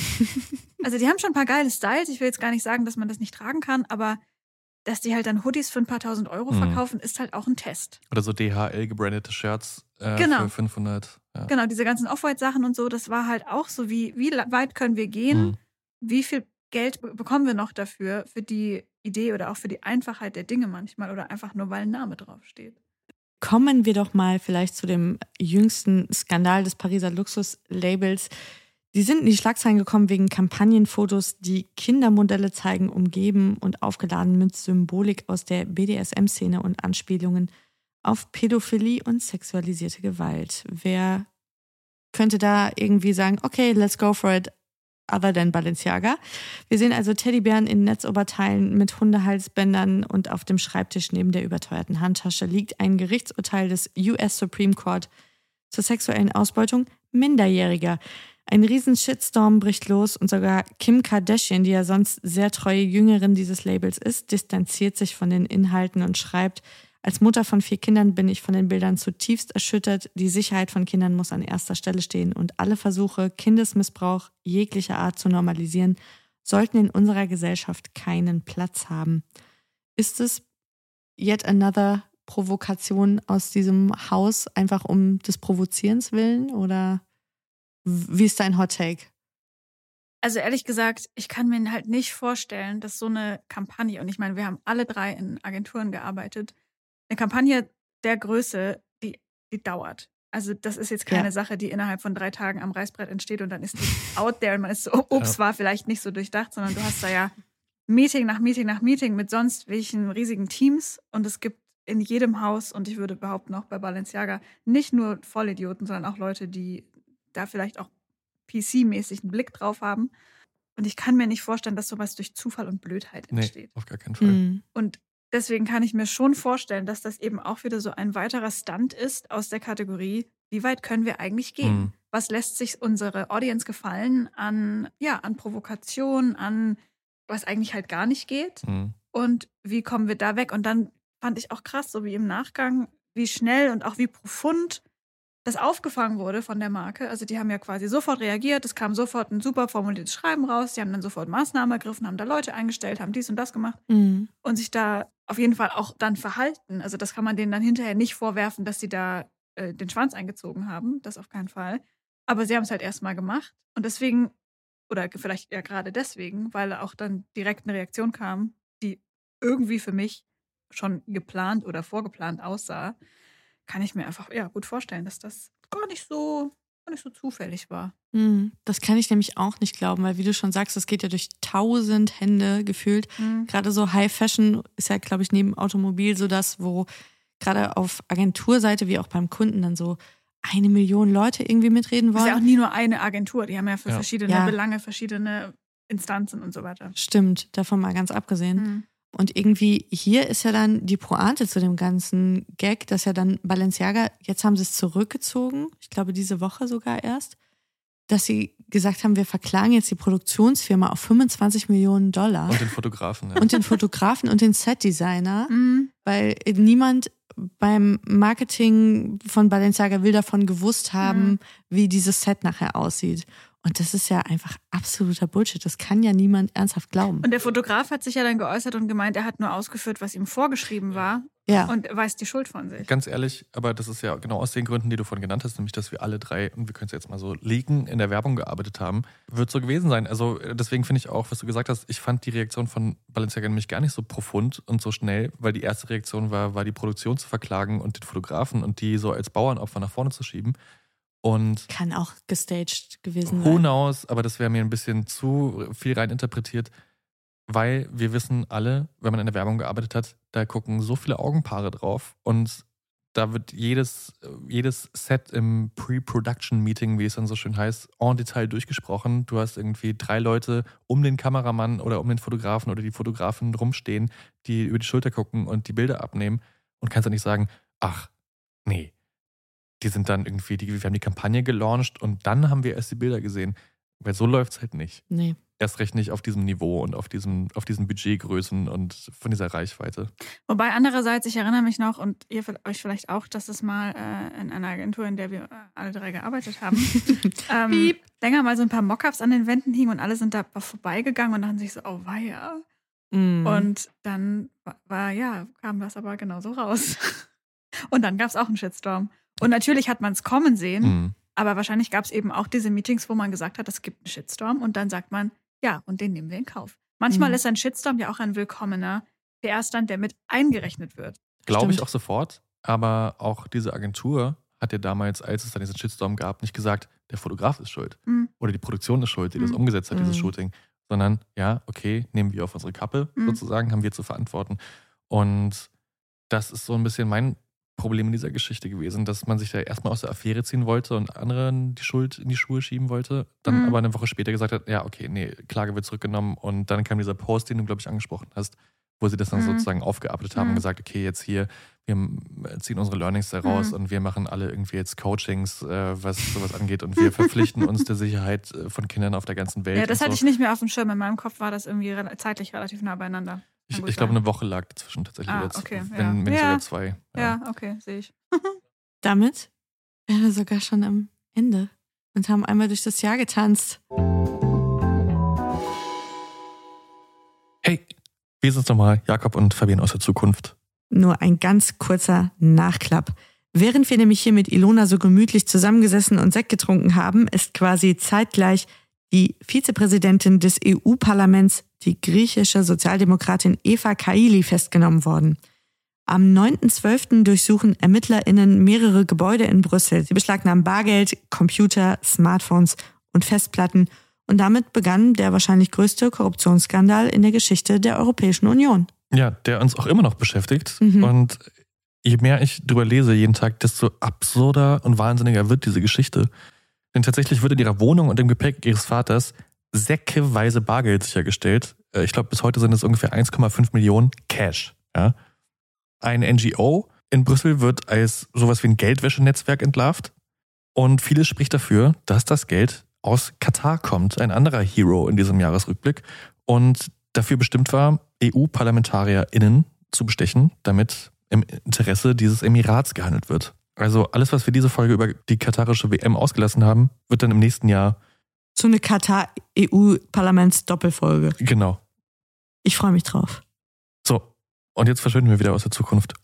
Also die haben schon ein paar geile Styles. Ich will jetzt gar nicht sagen, dass man das nicht tragen kann, aber dass die halt dann Hoodies für ein paar tausend Euro mhm. verkaufen, ist halt auch ein Test. Oder so D H L-gebrandete Shirts äh, genau. für fünfhundert. Ja. Genau, diese ganzen Off-White-Sachen und so, das war halt auch so, wie, wie weit können wir gehen? Mhm. Wie viel Geld bekommen wir noch dafür, für die Idee oder auch für die Einfachheit der Dinge manchmal oder einfach nur, weil ein Name draufsteht? Kommen wir doch mal vielleicht zu dem jüngsten Skandal des Pariser Luxuslabels. Die sind in die Schlagzeilen gekommen wegen Kampagnenfotos, die Kindermodelle zeigen, umgeben und aufgeladen mit Symbolik aus der B D S M-Szene und Anspielungen auf Pädophilie und sexualisierte Gewalt. Wer könnte da irgendwie sagen, okay, let's go for it, other than Balenciaga? Wir sehen also Teddybären in Netzoberteilen mit Hundehalsbändern und auf dem Schreibtisch neben der überteuerten Handtasche liegt ein Gerichtsurteil des U S Supreme Court zur sexuellen Ausbeutung Minderjähriger. Ein riesen Shitstorm bricht los und sogar Kim Kardashian, die ja sonst sehr treue Jüngerin dieses Labels ist, distanziert sich von den Inhalten und schreibt, als Mutter von vier Kindern bin ich von den Bildern zutiefst erschüttert. Die Sicherheit von Kindern muss an erster Stelle stehen und alle Versuche, Kindesmissbrauch jeglicher Art zu normalisieren, sollten in unserer Gesellschaft keinen Platz haben. Ist es yet another Provokation aus diesem Haus, einfach um des Provozierens willen, oder wie ist dein Hot Take? Also ehrlich gesagt, ich kann mir halt nicht vorstellen, dass so eine Kampagne, und ich meine, wir haben alle drei in Agenturen gearbeitet, eine Kampagne der Größe, die, die dauert. Also das ist jetzt keine ja. Sache, die innerhalb von drei Tagen am Reißbrett entsteht und dann ist die out there und man ist so, ups, war vielleicht nicht so durchdacht, sondern du hast da ja Meeting nach Meeting nach Meeting mit sonst welchen riesigen Teams und es gibt in jedem Haus, und ich würde behaupten auch bei Balenciaga, nicht nur Vollidioten, sondern auch Leute, die da vielleicht auch P C-mäßig einen Blick drauf haben. Und ich kann mir nicht vorstellen, dass sowas durch Zufall und Blödheit entsteht. Nee, auf gar keinen Fall. Mhm. Und deswegen kann ich mir schon vorstellen, dass das eben auch wieder so ein weiterer Stunt ist aus der Kategorie, wie weit können wir eigentlich gehen? Mhm. Was lässt sich unsere Audience gefallen an, ja, an Provokation, an was eigentlich halt gar nicht geht? Mhm. Und wie kommen wir da weg? Und dann fand ich auch krass, so wie im Nachgang, wie schnell und auch wie profund das aufgefangen wurde von der Marke. Also die haben ja quasi sofort reagiert, es kam sofort ein super formuliertes Schreiben raus, die haben dann sofort Maßnahmen ergriffen, haben da Leute eingestellt, haben dies und das gemacht mhm. und sich da auf jeden Fall auch dann verhalten. Also das kann man denen dann hinterher nicht vorwerfen, dass sie da äh, den Schwanz eingezogen haben, das auf keinen Fall. Aber sie haben es halt erstmal gemacht und deswegen, oder vielleicht ja gerade deswegen, weil auch dann direkt eine Reaktion kam, die irgendwie für mich schon geplant oder vorgeplant aussah, kann ich mir einfach ja, gut vorstellen, dass das gar nicht so, gar nicht so zufällig war. Das kann ich nämlich auch nicht glauben, weil wie du schon sagst, das geht ja durch tausend Hände gefühlt. Mhm. Gerade so High Fashion ist ja, glaube ich, neben Automobil so das, wo gerade auf Agenturseite wie auch beim Kunden dann so eine Million Leute irgendwie mitreden wollen. Das ist ja auch nie nur eine Agentur. Die haben ja für ja. verschiedene ja. Belange, verschiedene Instanzen und so weiter. Stimmt, davon mal ganz abgesehen. Mhm. Und irgendwie hier ist ja dann die Pointe zu dem ganzen Gag, dass ja dann Balenciaga, jetzt haben sie es zurückgezogen, ich glaube diese Woche sogar erst, dass sie gesagt haben, wir verklagen jetzt die Produktionsfirma auf fünfundzwanzig Millionen Dollar. Und den Fotografen. Ja. Und den Fotografen und den Setdesigner, mhm. weil niemand beim Marketing von Balenciaga will davon gewusst haben, mhm. wie dieses Set nachher aussieht. Und das ist ja einfach absoluter Bullshit. Das kann ja niemand ernsthaft glauben. Und der Fotograf hat sich ja dann geäußert und gemeint, er hat nur ausgeführt, was ihm vorgeschrieben war. Ja. Und weist die Schuld von sich. Ganz ehrlich, aber das ist ja genau aus den Gründen, die du vorhin genannt hast, nämlich, dass wir alle drei, und wir können es jetzt mal so legen, in der Werbung gearbeitet haben, wird so gewesen sein. Also deswegen finde ich auch, was du gesagt hast, ich fand die Reaktion von Balenciaga nämlich gar nicht so profund und so schnell, weil die erste Reaktion war, war die Produktion zu verklagen und den Fotografen und die so als Bauernopfer nach vorne zu schieben. Und kann auch gestaged gewesen sein. Who knows, aber das wäre mir ein bisschen zu viel reininterpretiert, weil wir wissen alle, wenn man in der Werbung gearbeitet hat, da gucken so viele Augenpaare drauf und da wird jedes, jedes Set im Pre-Production-Meeting, wie es dann so schön heißt, en Detail durchgesprochen. Du hast irgendwie drei Leute um den Kameramann oder um den Fotografen oder die Fotografen rumstehen, die über die Schulter gucken und die Bilder abnehmen und kannst dann nicht sagen, ach, nee. Die sind dann irgendwie, die, wir haben die Kampagne gelauncht und dann haben wir erst die Bilder gesehen. Weil so läuft es halt nicht. Nee. Erst recht nicht auf diesem Niveau und auf, diesem, auf diesen Budgetgrößen und von dieser Reichweite. Wobei andererseits, ich erinnere mich noch und ihr euch vielleicht auch, dass es mal äh, in einer Agentur, in der wir alle drei gearbeitet haben, ähm, länger mal so ein paar Mockups an den Wänden hingen und alle sind da vorbeigegangen und dachten sich so, oh weia. Mm. Und dann war, ja, kam das aber genauso raus. Und dann gab es auch einen Shitstorm. Und natürlich hat man es kommen sehen, Mhm. aber wahrscheinlich gab es eben auch diese Meetings, wo man gesagt hat, es gibt einen Shitstorm und dann sagt man, ja, und den nehmen wir in Kauf. Manchmal Mhm. ist ein Shitstorm ja auch ein willkommener P R-Stand, der mit eingerechnet wird. Glaube ich Stimmt. auch sofort. Aber auch diese Agentur hat ja damals, als es dann diesen Shitstorm gab, nicht gesagt, der Fotograf ist schuld. Mhm. Oder die Produktion ist schuld, die das Mhm. umgesetzt hat, dieses Mhm. Shooting. Sondern, ja, okay, nehmen wir auf unsere Kappe, Mhm. sozusagen, haben wir zu verantworten. Und das ist so ein bisschen mein Problem in dieser Geschichte gewesen, dass man sich da erstmal aus der Affäre ziehen wollte und anderen die Schuld in die Schuhe schieben wollte. Dann Mhm. aber eine Woche später gesagt hat, ja, okay, nee, Klage wird zurückgenommen. Und dann kam dieser Post, den du, glaube ich, angesprochen hast, wo sie das dann Mhm. sozusagen aufgearbeitet haben Mhm. und gesagt, okay, jetzt hier, wir ziehen unsere Learnings daraus Mhm. und wir machen alle irgendwie jetzt Coachings, äh, was sowas angeht und wir verpflichten uns der Sicherheit äh, von Kindern auf der ganzen Welt. Ja, das und hatte so. ich nicht mehr auf dem Schirm. In meinem Kopf war das irgendwie re- zeitlich relativ nah beieinander. Ich, Kann gut ich glaube, sein. eine Woche lag dazwischen tatsächlich Ah, jetzt. okay, wenn, ja. wenn nicht Ja. sogar zwei. Ja, okay, sehe ich. Damit wären wir sogar schon am Ende und haben einmal durch das Jahr getanzt. Hey, wir sind nochmal Jakob und Fabian aus der Zukunft. Nur ein ganz kurzer Nachklapp. Während wir nämlich hier mit Ilona so gemütlich zusammengesessen und Sekt getrunken haben, ist quasi zeitgleich die Vizepräsidentin des E U-Parlaments, die griechische Sozialdemokratin Eva Kaili, festgenommen worden. Am neunten zwölften durchsuchen ErmittlerInnen mehrere Gebäude in Brüssel. Sie beschlagnahmen Bargeld, Computer, Smartphones und Festplatten. Und damit begann der wahrscheinlich größte Korruptionsskandal in der Geschichte der Europäischen Union. Ja, der uns auch immer noch beschäftigt. Mhm. Und je mehr ich drüber lese jeden Tag, desto absurder und wahnsinniger wird diese Geschichte. Denn tatsächlich wird in ihrer Wohnung und im Gepäck ihres Vaters säckeweise Bargeld sichergestellt. Ich glaube, bis heute sind es ungefähr eins Komma fünf Millionen Cash. Ja? Ein N G O in Brüssel wird als sowas wie ein Geldwäschenetzwerk entlarvt. Und vieles spricht dafür, dass das Geld aus Katar kommt. Ein anderer Hero in diesem Jahresrückblick. Und dafür bestimmt war, E U-ParlamentarierInnen zu bestechen, damit im Interesse dieses Emirats gehandelt wird. Also alles, was wir diese Folge über die katarische W M ausgelassen haben, wird dann im nächsten Jahr... So eine Katar-E U-Parlaments-Doppelfolge. Genau. Ich freue mich drauf. So, und jetzt verschwinden wir wieder aus der Zukunft.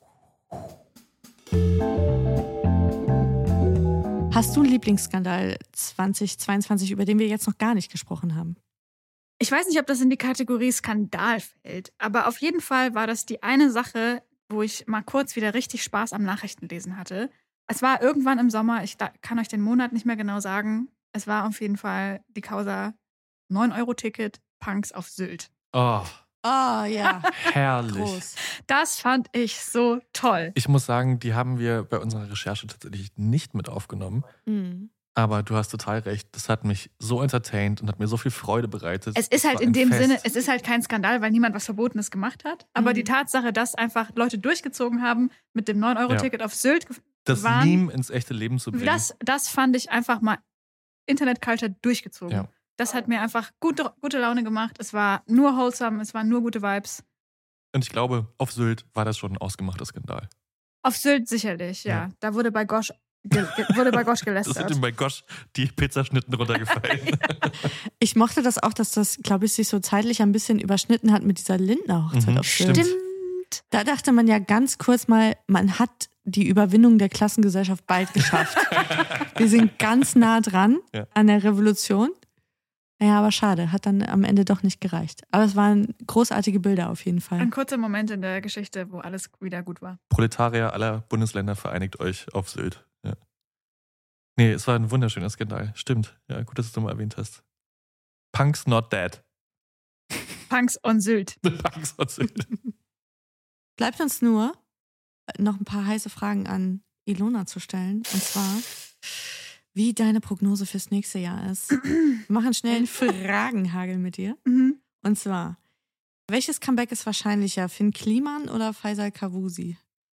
Hast du einen Lieblingsskandal zweitausendzweiundzwanzig, über den wir jetzt noch gar nicht gesprochen haben? Ich weiß nicht, ob das in die Kategorie Skandal fällt, aber auf jeden Fall war das die eine Sache, wo ich mal kurz wieder richtig Spaß am Nachrichtenlesen hatte. Es war irgendwann im Sommer, ich kann euch den Monat nicht mehr genau sagen. Es war auf jeden Fall die Causa neun Euro Ticket, Punks auf Sylt. Oh. Oh, Oh ja. Herrlich. Groß. Das fand ich so toll. Ich muss sagen, die haben wir bei unserer Recherche tatsächlich nicht mit aufgenommen. Mhm. Aber du hast total recht. Das hat mich so entertained und hat mir so viel Freude bereitet. Es ist Das halt war in ein dem Fest. Sinne, es ist halt kein Skandal, weil niemand was Verbotenes gemacht hat. Aber Mhm. die Tatsache, dass einfach Leute durchgezogen haben, mit dem neun Euro Ticket Ja. auf Sylt Das waren, Meme ins echte Leben zu bringen. das, das fand ich einfach mal Internet-Culture durchgezogen. Ja. Das hat mir einfach gute, gute Laune gemacht. Es war nur wholesome, es waren nur gute Vibes. Und ich glaube, auf Sylt war das schon ein ausgemachter Skandal. Auf Sylt sicherlich, ja. Ja. Da wurde bei Gosch, ge, ge, wurde bei Gosch Das sind gelästert. ihm bei Gosch die Pizzaschnitten runtergefallen. Ich mochte das auch, dass das, glaube ich, sich so zeitlich ein bisschen überschnitten hat mit dieser Lindner-Hochzeit Mhm, auf Sylt. stimmt. Da dachte man ja ganz kurz mal, man hat die Überwindung der Klassengesellschaft bald geschafft. Wir sind ganz nah dran Ja. an der Revolution. Ja, aber schade, hat dann am Ende doch nicht gereicht. Aber es waren großartige Bilder auf jeden Fall. Ein kurzer Moment in der Geschichte, wo alles wieder gut war. Proletarier aller Bundesländer vereinigt euch auf Sylt. Ja. Nee, es war ein wunderschöner Skandal. Stimmt. Ja, gut, dass du es nochmal erwähnt hast. Punks not dead. Punks on Sylt. Punks on Sylt. Bleibt uns nur, noch ein paar heiße Fragen an Ilona zu stellen. Und zwar, wie deine Prognose fürs nächste Jahr ist. Wir machen schnell einen Fragenhagel mit dir. Mhm. Und zwar, welches Comeback ist wahrscheinlicher, Finn Kliman oder Faisal Kavusi?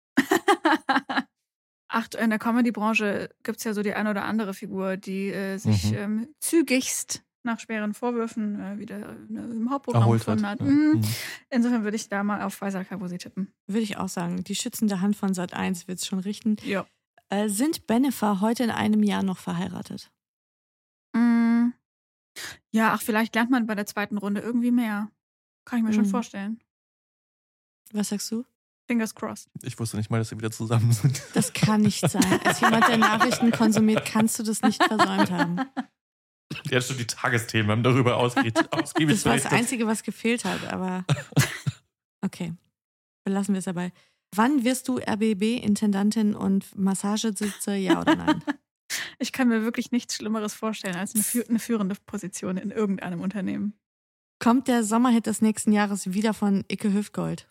Ach, in der Comedy-Branche gibt es ja so die eine oder andere Figur, die äh, sich Mhm. ähm, zügigst nach schweren Vorwürfen äh, wieder äh, im Hauptprogramm Erholt gefunden hat. hat. Ja. Mhm. Mhm. Insofern würde ich da mal auf Faisal Kavusi tippen. Würde ich auch sagen. Die schützende Hand von Sat eins wird es schon richten. Ja. Äh, sind Bennifer heute in einem Jahr noch verheiratet? Mm. Ja, ach, vielleicht lernt man bei der zweiten Runde irgendwie mehr. Kann ich mir schon Mhm. vorstellen. Was sagst du? Fingers crossed. Ich wusste nicht mal, dass sie wieder zusammen sind. Das kann nicht sein. Als jemand, der Nachrichten konsumiert, kannst du das nicht versäumt haben. Ja, schon die Tagesthemen haben darüber ausgiebig ausgiebig Das war das berichtet. Einzige, was gefehlt hat, aber okay. Belassen wir es dabei. Wann wirst du R B B-Intendantin und Massagesitze, ja oder nein? Ich kann mir wirklich nichts Schlimmeres vorstellen als eine, fü- eine führende Position in irgendeinem Unternehmen. Kommt der Sommerhit des nächsten Jahres wieder von Icke Hüftgold?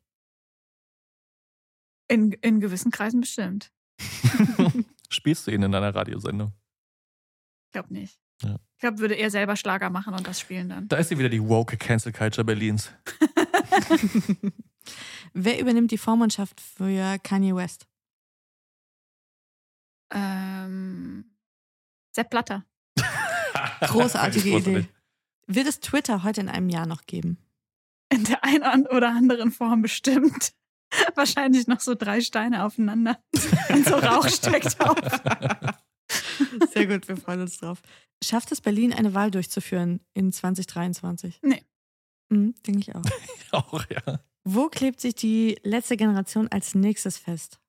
In, in gewissen Kreisen bestimmt. Spielst du ihn in deiner Radiosendung? Ich glaube nicht. Ja. Ich glaube, würde er selber Schlager machen und das spielen dann. Da ist sie wieder die woke Cancel Culture Berlins. Wer übernimmt die Vormundschaft für Kanye West? Ähm, Sepp Blatter. Großartige Finde ich großartig. Idee. Wird es Twitter heute in einem Jahr noch geben? In der einen oder anderen Form bestimmt. Wahrscheinlich noch so drei Steine aufeinander. Und so Rauch steckt auf. Sehr gut, wir freuen uns drauf. Schafft es Berlin, eine Wahl durchzuführen in zwanzig dreiundzwanzig? Nee. Mhm, denke ich auch. Auch, ja. Wo klebt sich die letzte Generation als nächstes fest?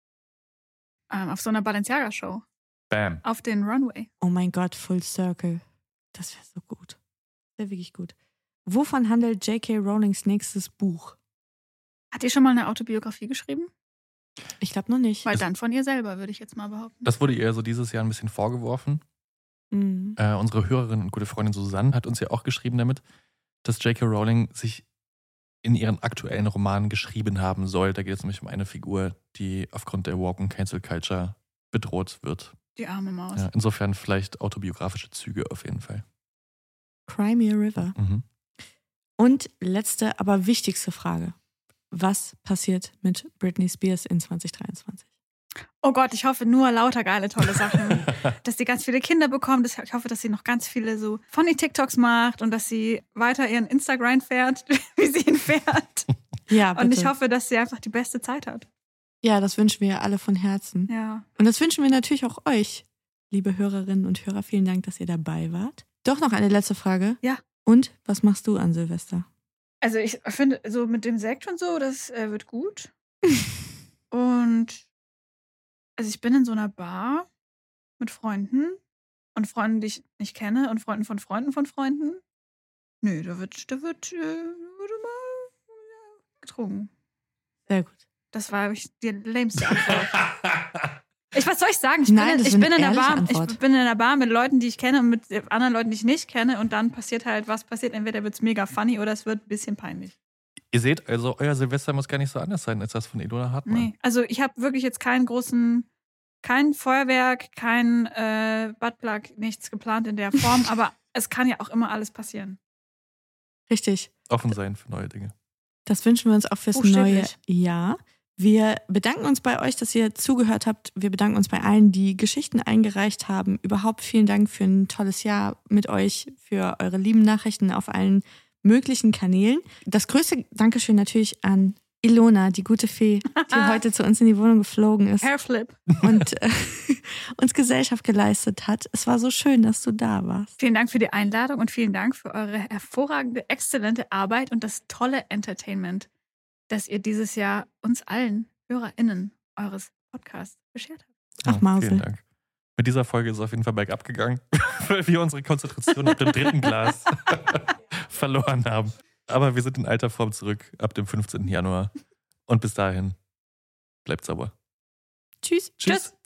Ähm, auf so einer Balenciaga-Show. Bam. Auf den Runway. Oh mein Gott, Full Circle. Das wäre so gut. Wäre wirklich gut. Wovon handelt J K. Rowlings nächstes Buch? Hat die schon mal eine Autobiografie geschrieben? Ich glaube noch nicht. Weil dann von ihr selber, würde ich jetzt mal behaupten. Das wurde ihr so dieses Jahr ein bisschen vorgeworfen. Mhm. Äh, unsere Hörerin und gute Freundin Susanne hat uns ja auch geschrieben damit, dass J K. Rowling sich in ihren aktuellen Romanen geschrieben haben soll. Da geht es nämlich um eine Figur, die aufgrund der Woke and Cancel Culture bedroht wird. Die arme Maus. Ja, insofern vielleicht autobiografische Züge auf jeden Fall. Crimea River. Mhm. Und letzte, aber wichtigste Frage. Was passiert mit Britney Spears in zwanzig dreiundzwanzig? Oh Gott, ich hoffe nur lauter geile, tolle Sachen. Dass sie ganz viele Kinder bekommt. Ich hoffe, dass sie noch ganz viele so funny TikToks macht und dass sie weiter ihren Instagram fährt, wie sie ihn fährt. Ja, bitte. Und ich hoffe, dass sie einfach die beste Zeit hat. Ja, das wünschen wir alle von Herzen. Ja. Und das wünschen wir natürlich auch euch, liebe Hörerinnen und Hörer. Vielen Dank, dass ihr dabei wart. Doch noch eine letzte Frage. Ja. Und was machst du an Silvester? Also ich finde, so mit dem Sekt und so, das äh, wird gut. Und also ich bin in so einer Bar mit Freunden und Freunden, die ich nicht kenne und Freunden von Freunden von Freunden. Nö, da wird, da wird, äh, wird immer ja, getrunken. Sehr gut. Das war ich, die lämste Antwort. Ich, was soll ich sagen? Ich Nein, bin, das ich ist bin eine in der ehrliche Bar, Antwort. ich bin in der Bar mit Leuten, die ich kenne und mit anderen Leuten, die ich nicht kenne und dann passiert halt, was passiert. Entweder wird es mega funny oder es wird ein bisschen peinlich. Ihr seht, also euer Silvester muss gar nicht so anders sein als das von Ilona Hartmann. Nee, also ich habe wirklich jetzt keinen großen, kein Feuerwerk, kein äh, Buttplug, nichts geplant in der Form, aber es kann ja auch immer alles passieren. Richtig. Offen sein für neue Dinge. Das wünschen wir uns auch fürs neue Jahr. Wir bedanken uns bei euch, dass ihr zugehört habt. Wir bedanken uns bei allen, die Geschichten eingereicht haben. Überhaupt vielen Dank für ein tolles Jahr mit euch, für eure lieben Nachrichten auf allen möglichen Kanälen. Das größte Dankeschön natürlich an Ilona, die gute Fee, die heute zu uns in die Wohnung geflogen ist. Hairflip. Und äh, uns Gesellschaft geleistet hat. Es war so schön, dass du da warst. Vielen Dank für die Einladung und vielen Dank für eure hervorragende, exzellente Arbeit und das tolle Entertainment, das ihr dieses Jahr uns allen HörerInnen eures Podcasts beschert habt. Ach, Mausel. Vielen Dank. Mit dieser Folge ist es auf jeden Fall bergab gegangen, weil wir unsere Konzentration auf dem dritten Glas verloren haben. Aber wir sind in alter Form zurück ab dem fünfzehnten Januar. Und bis dahin, bleibt sauber. Tschüss. Tschüss.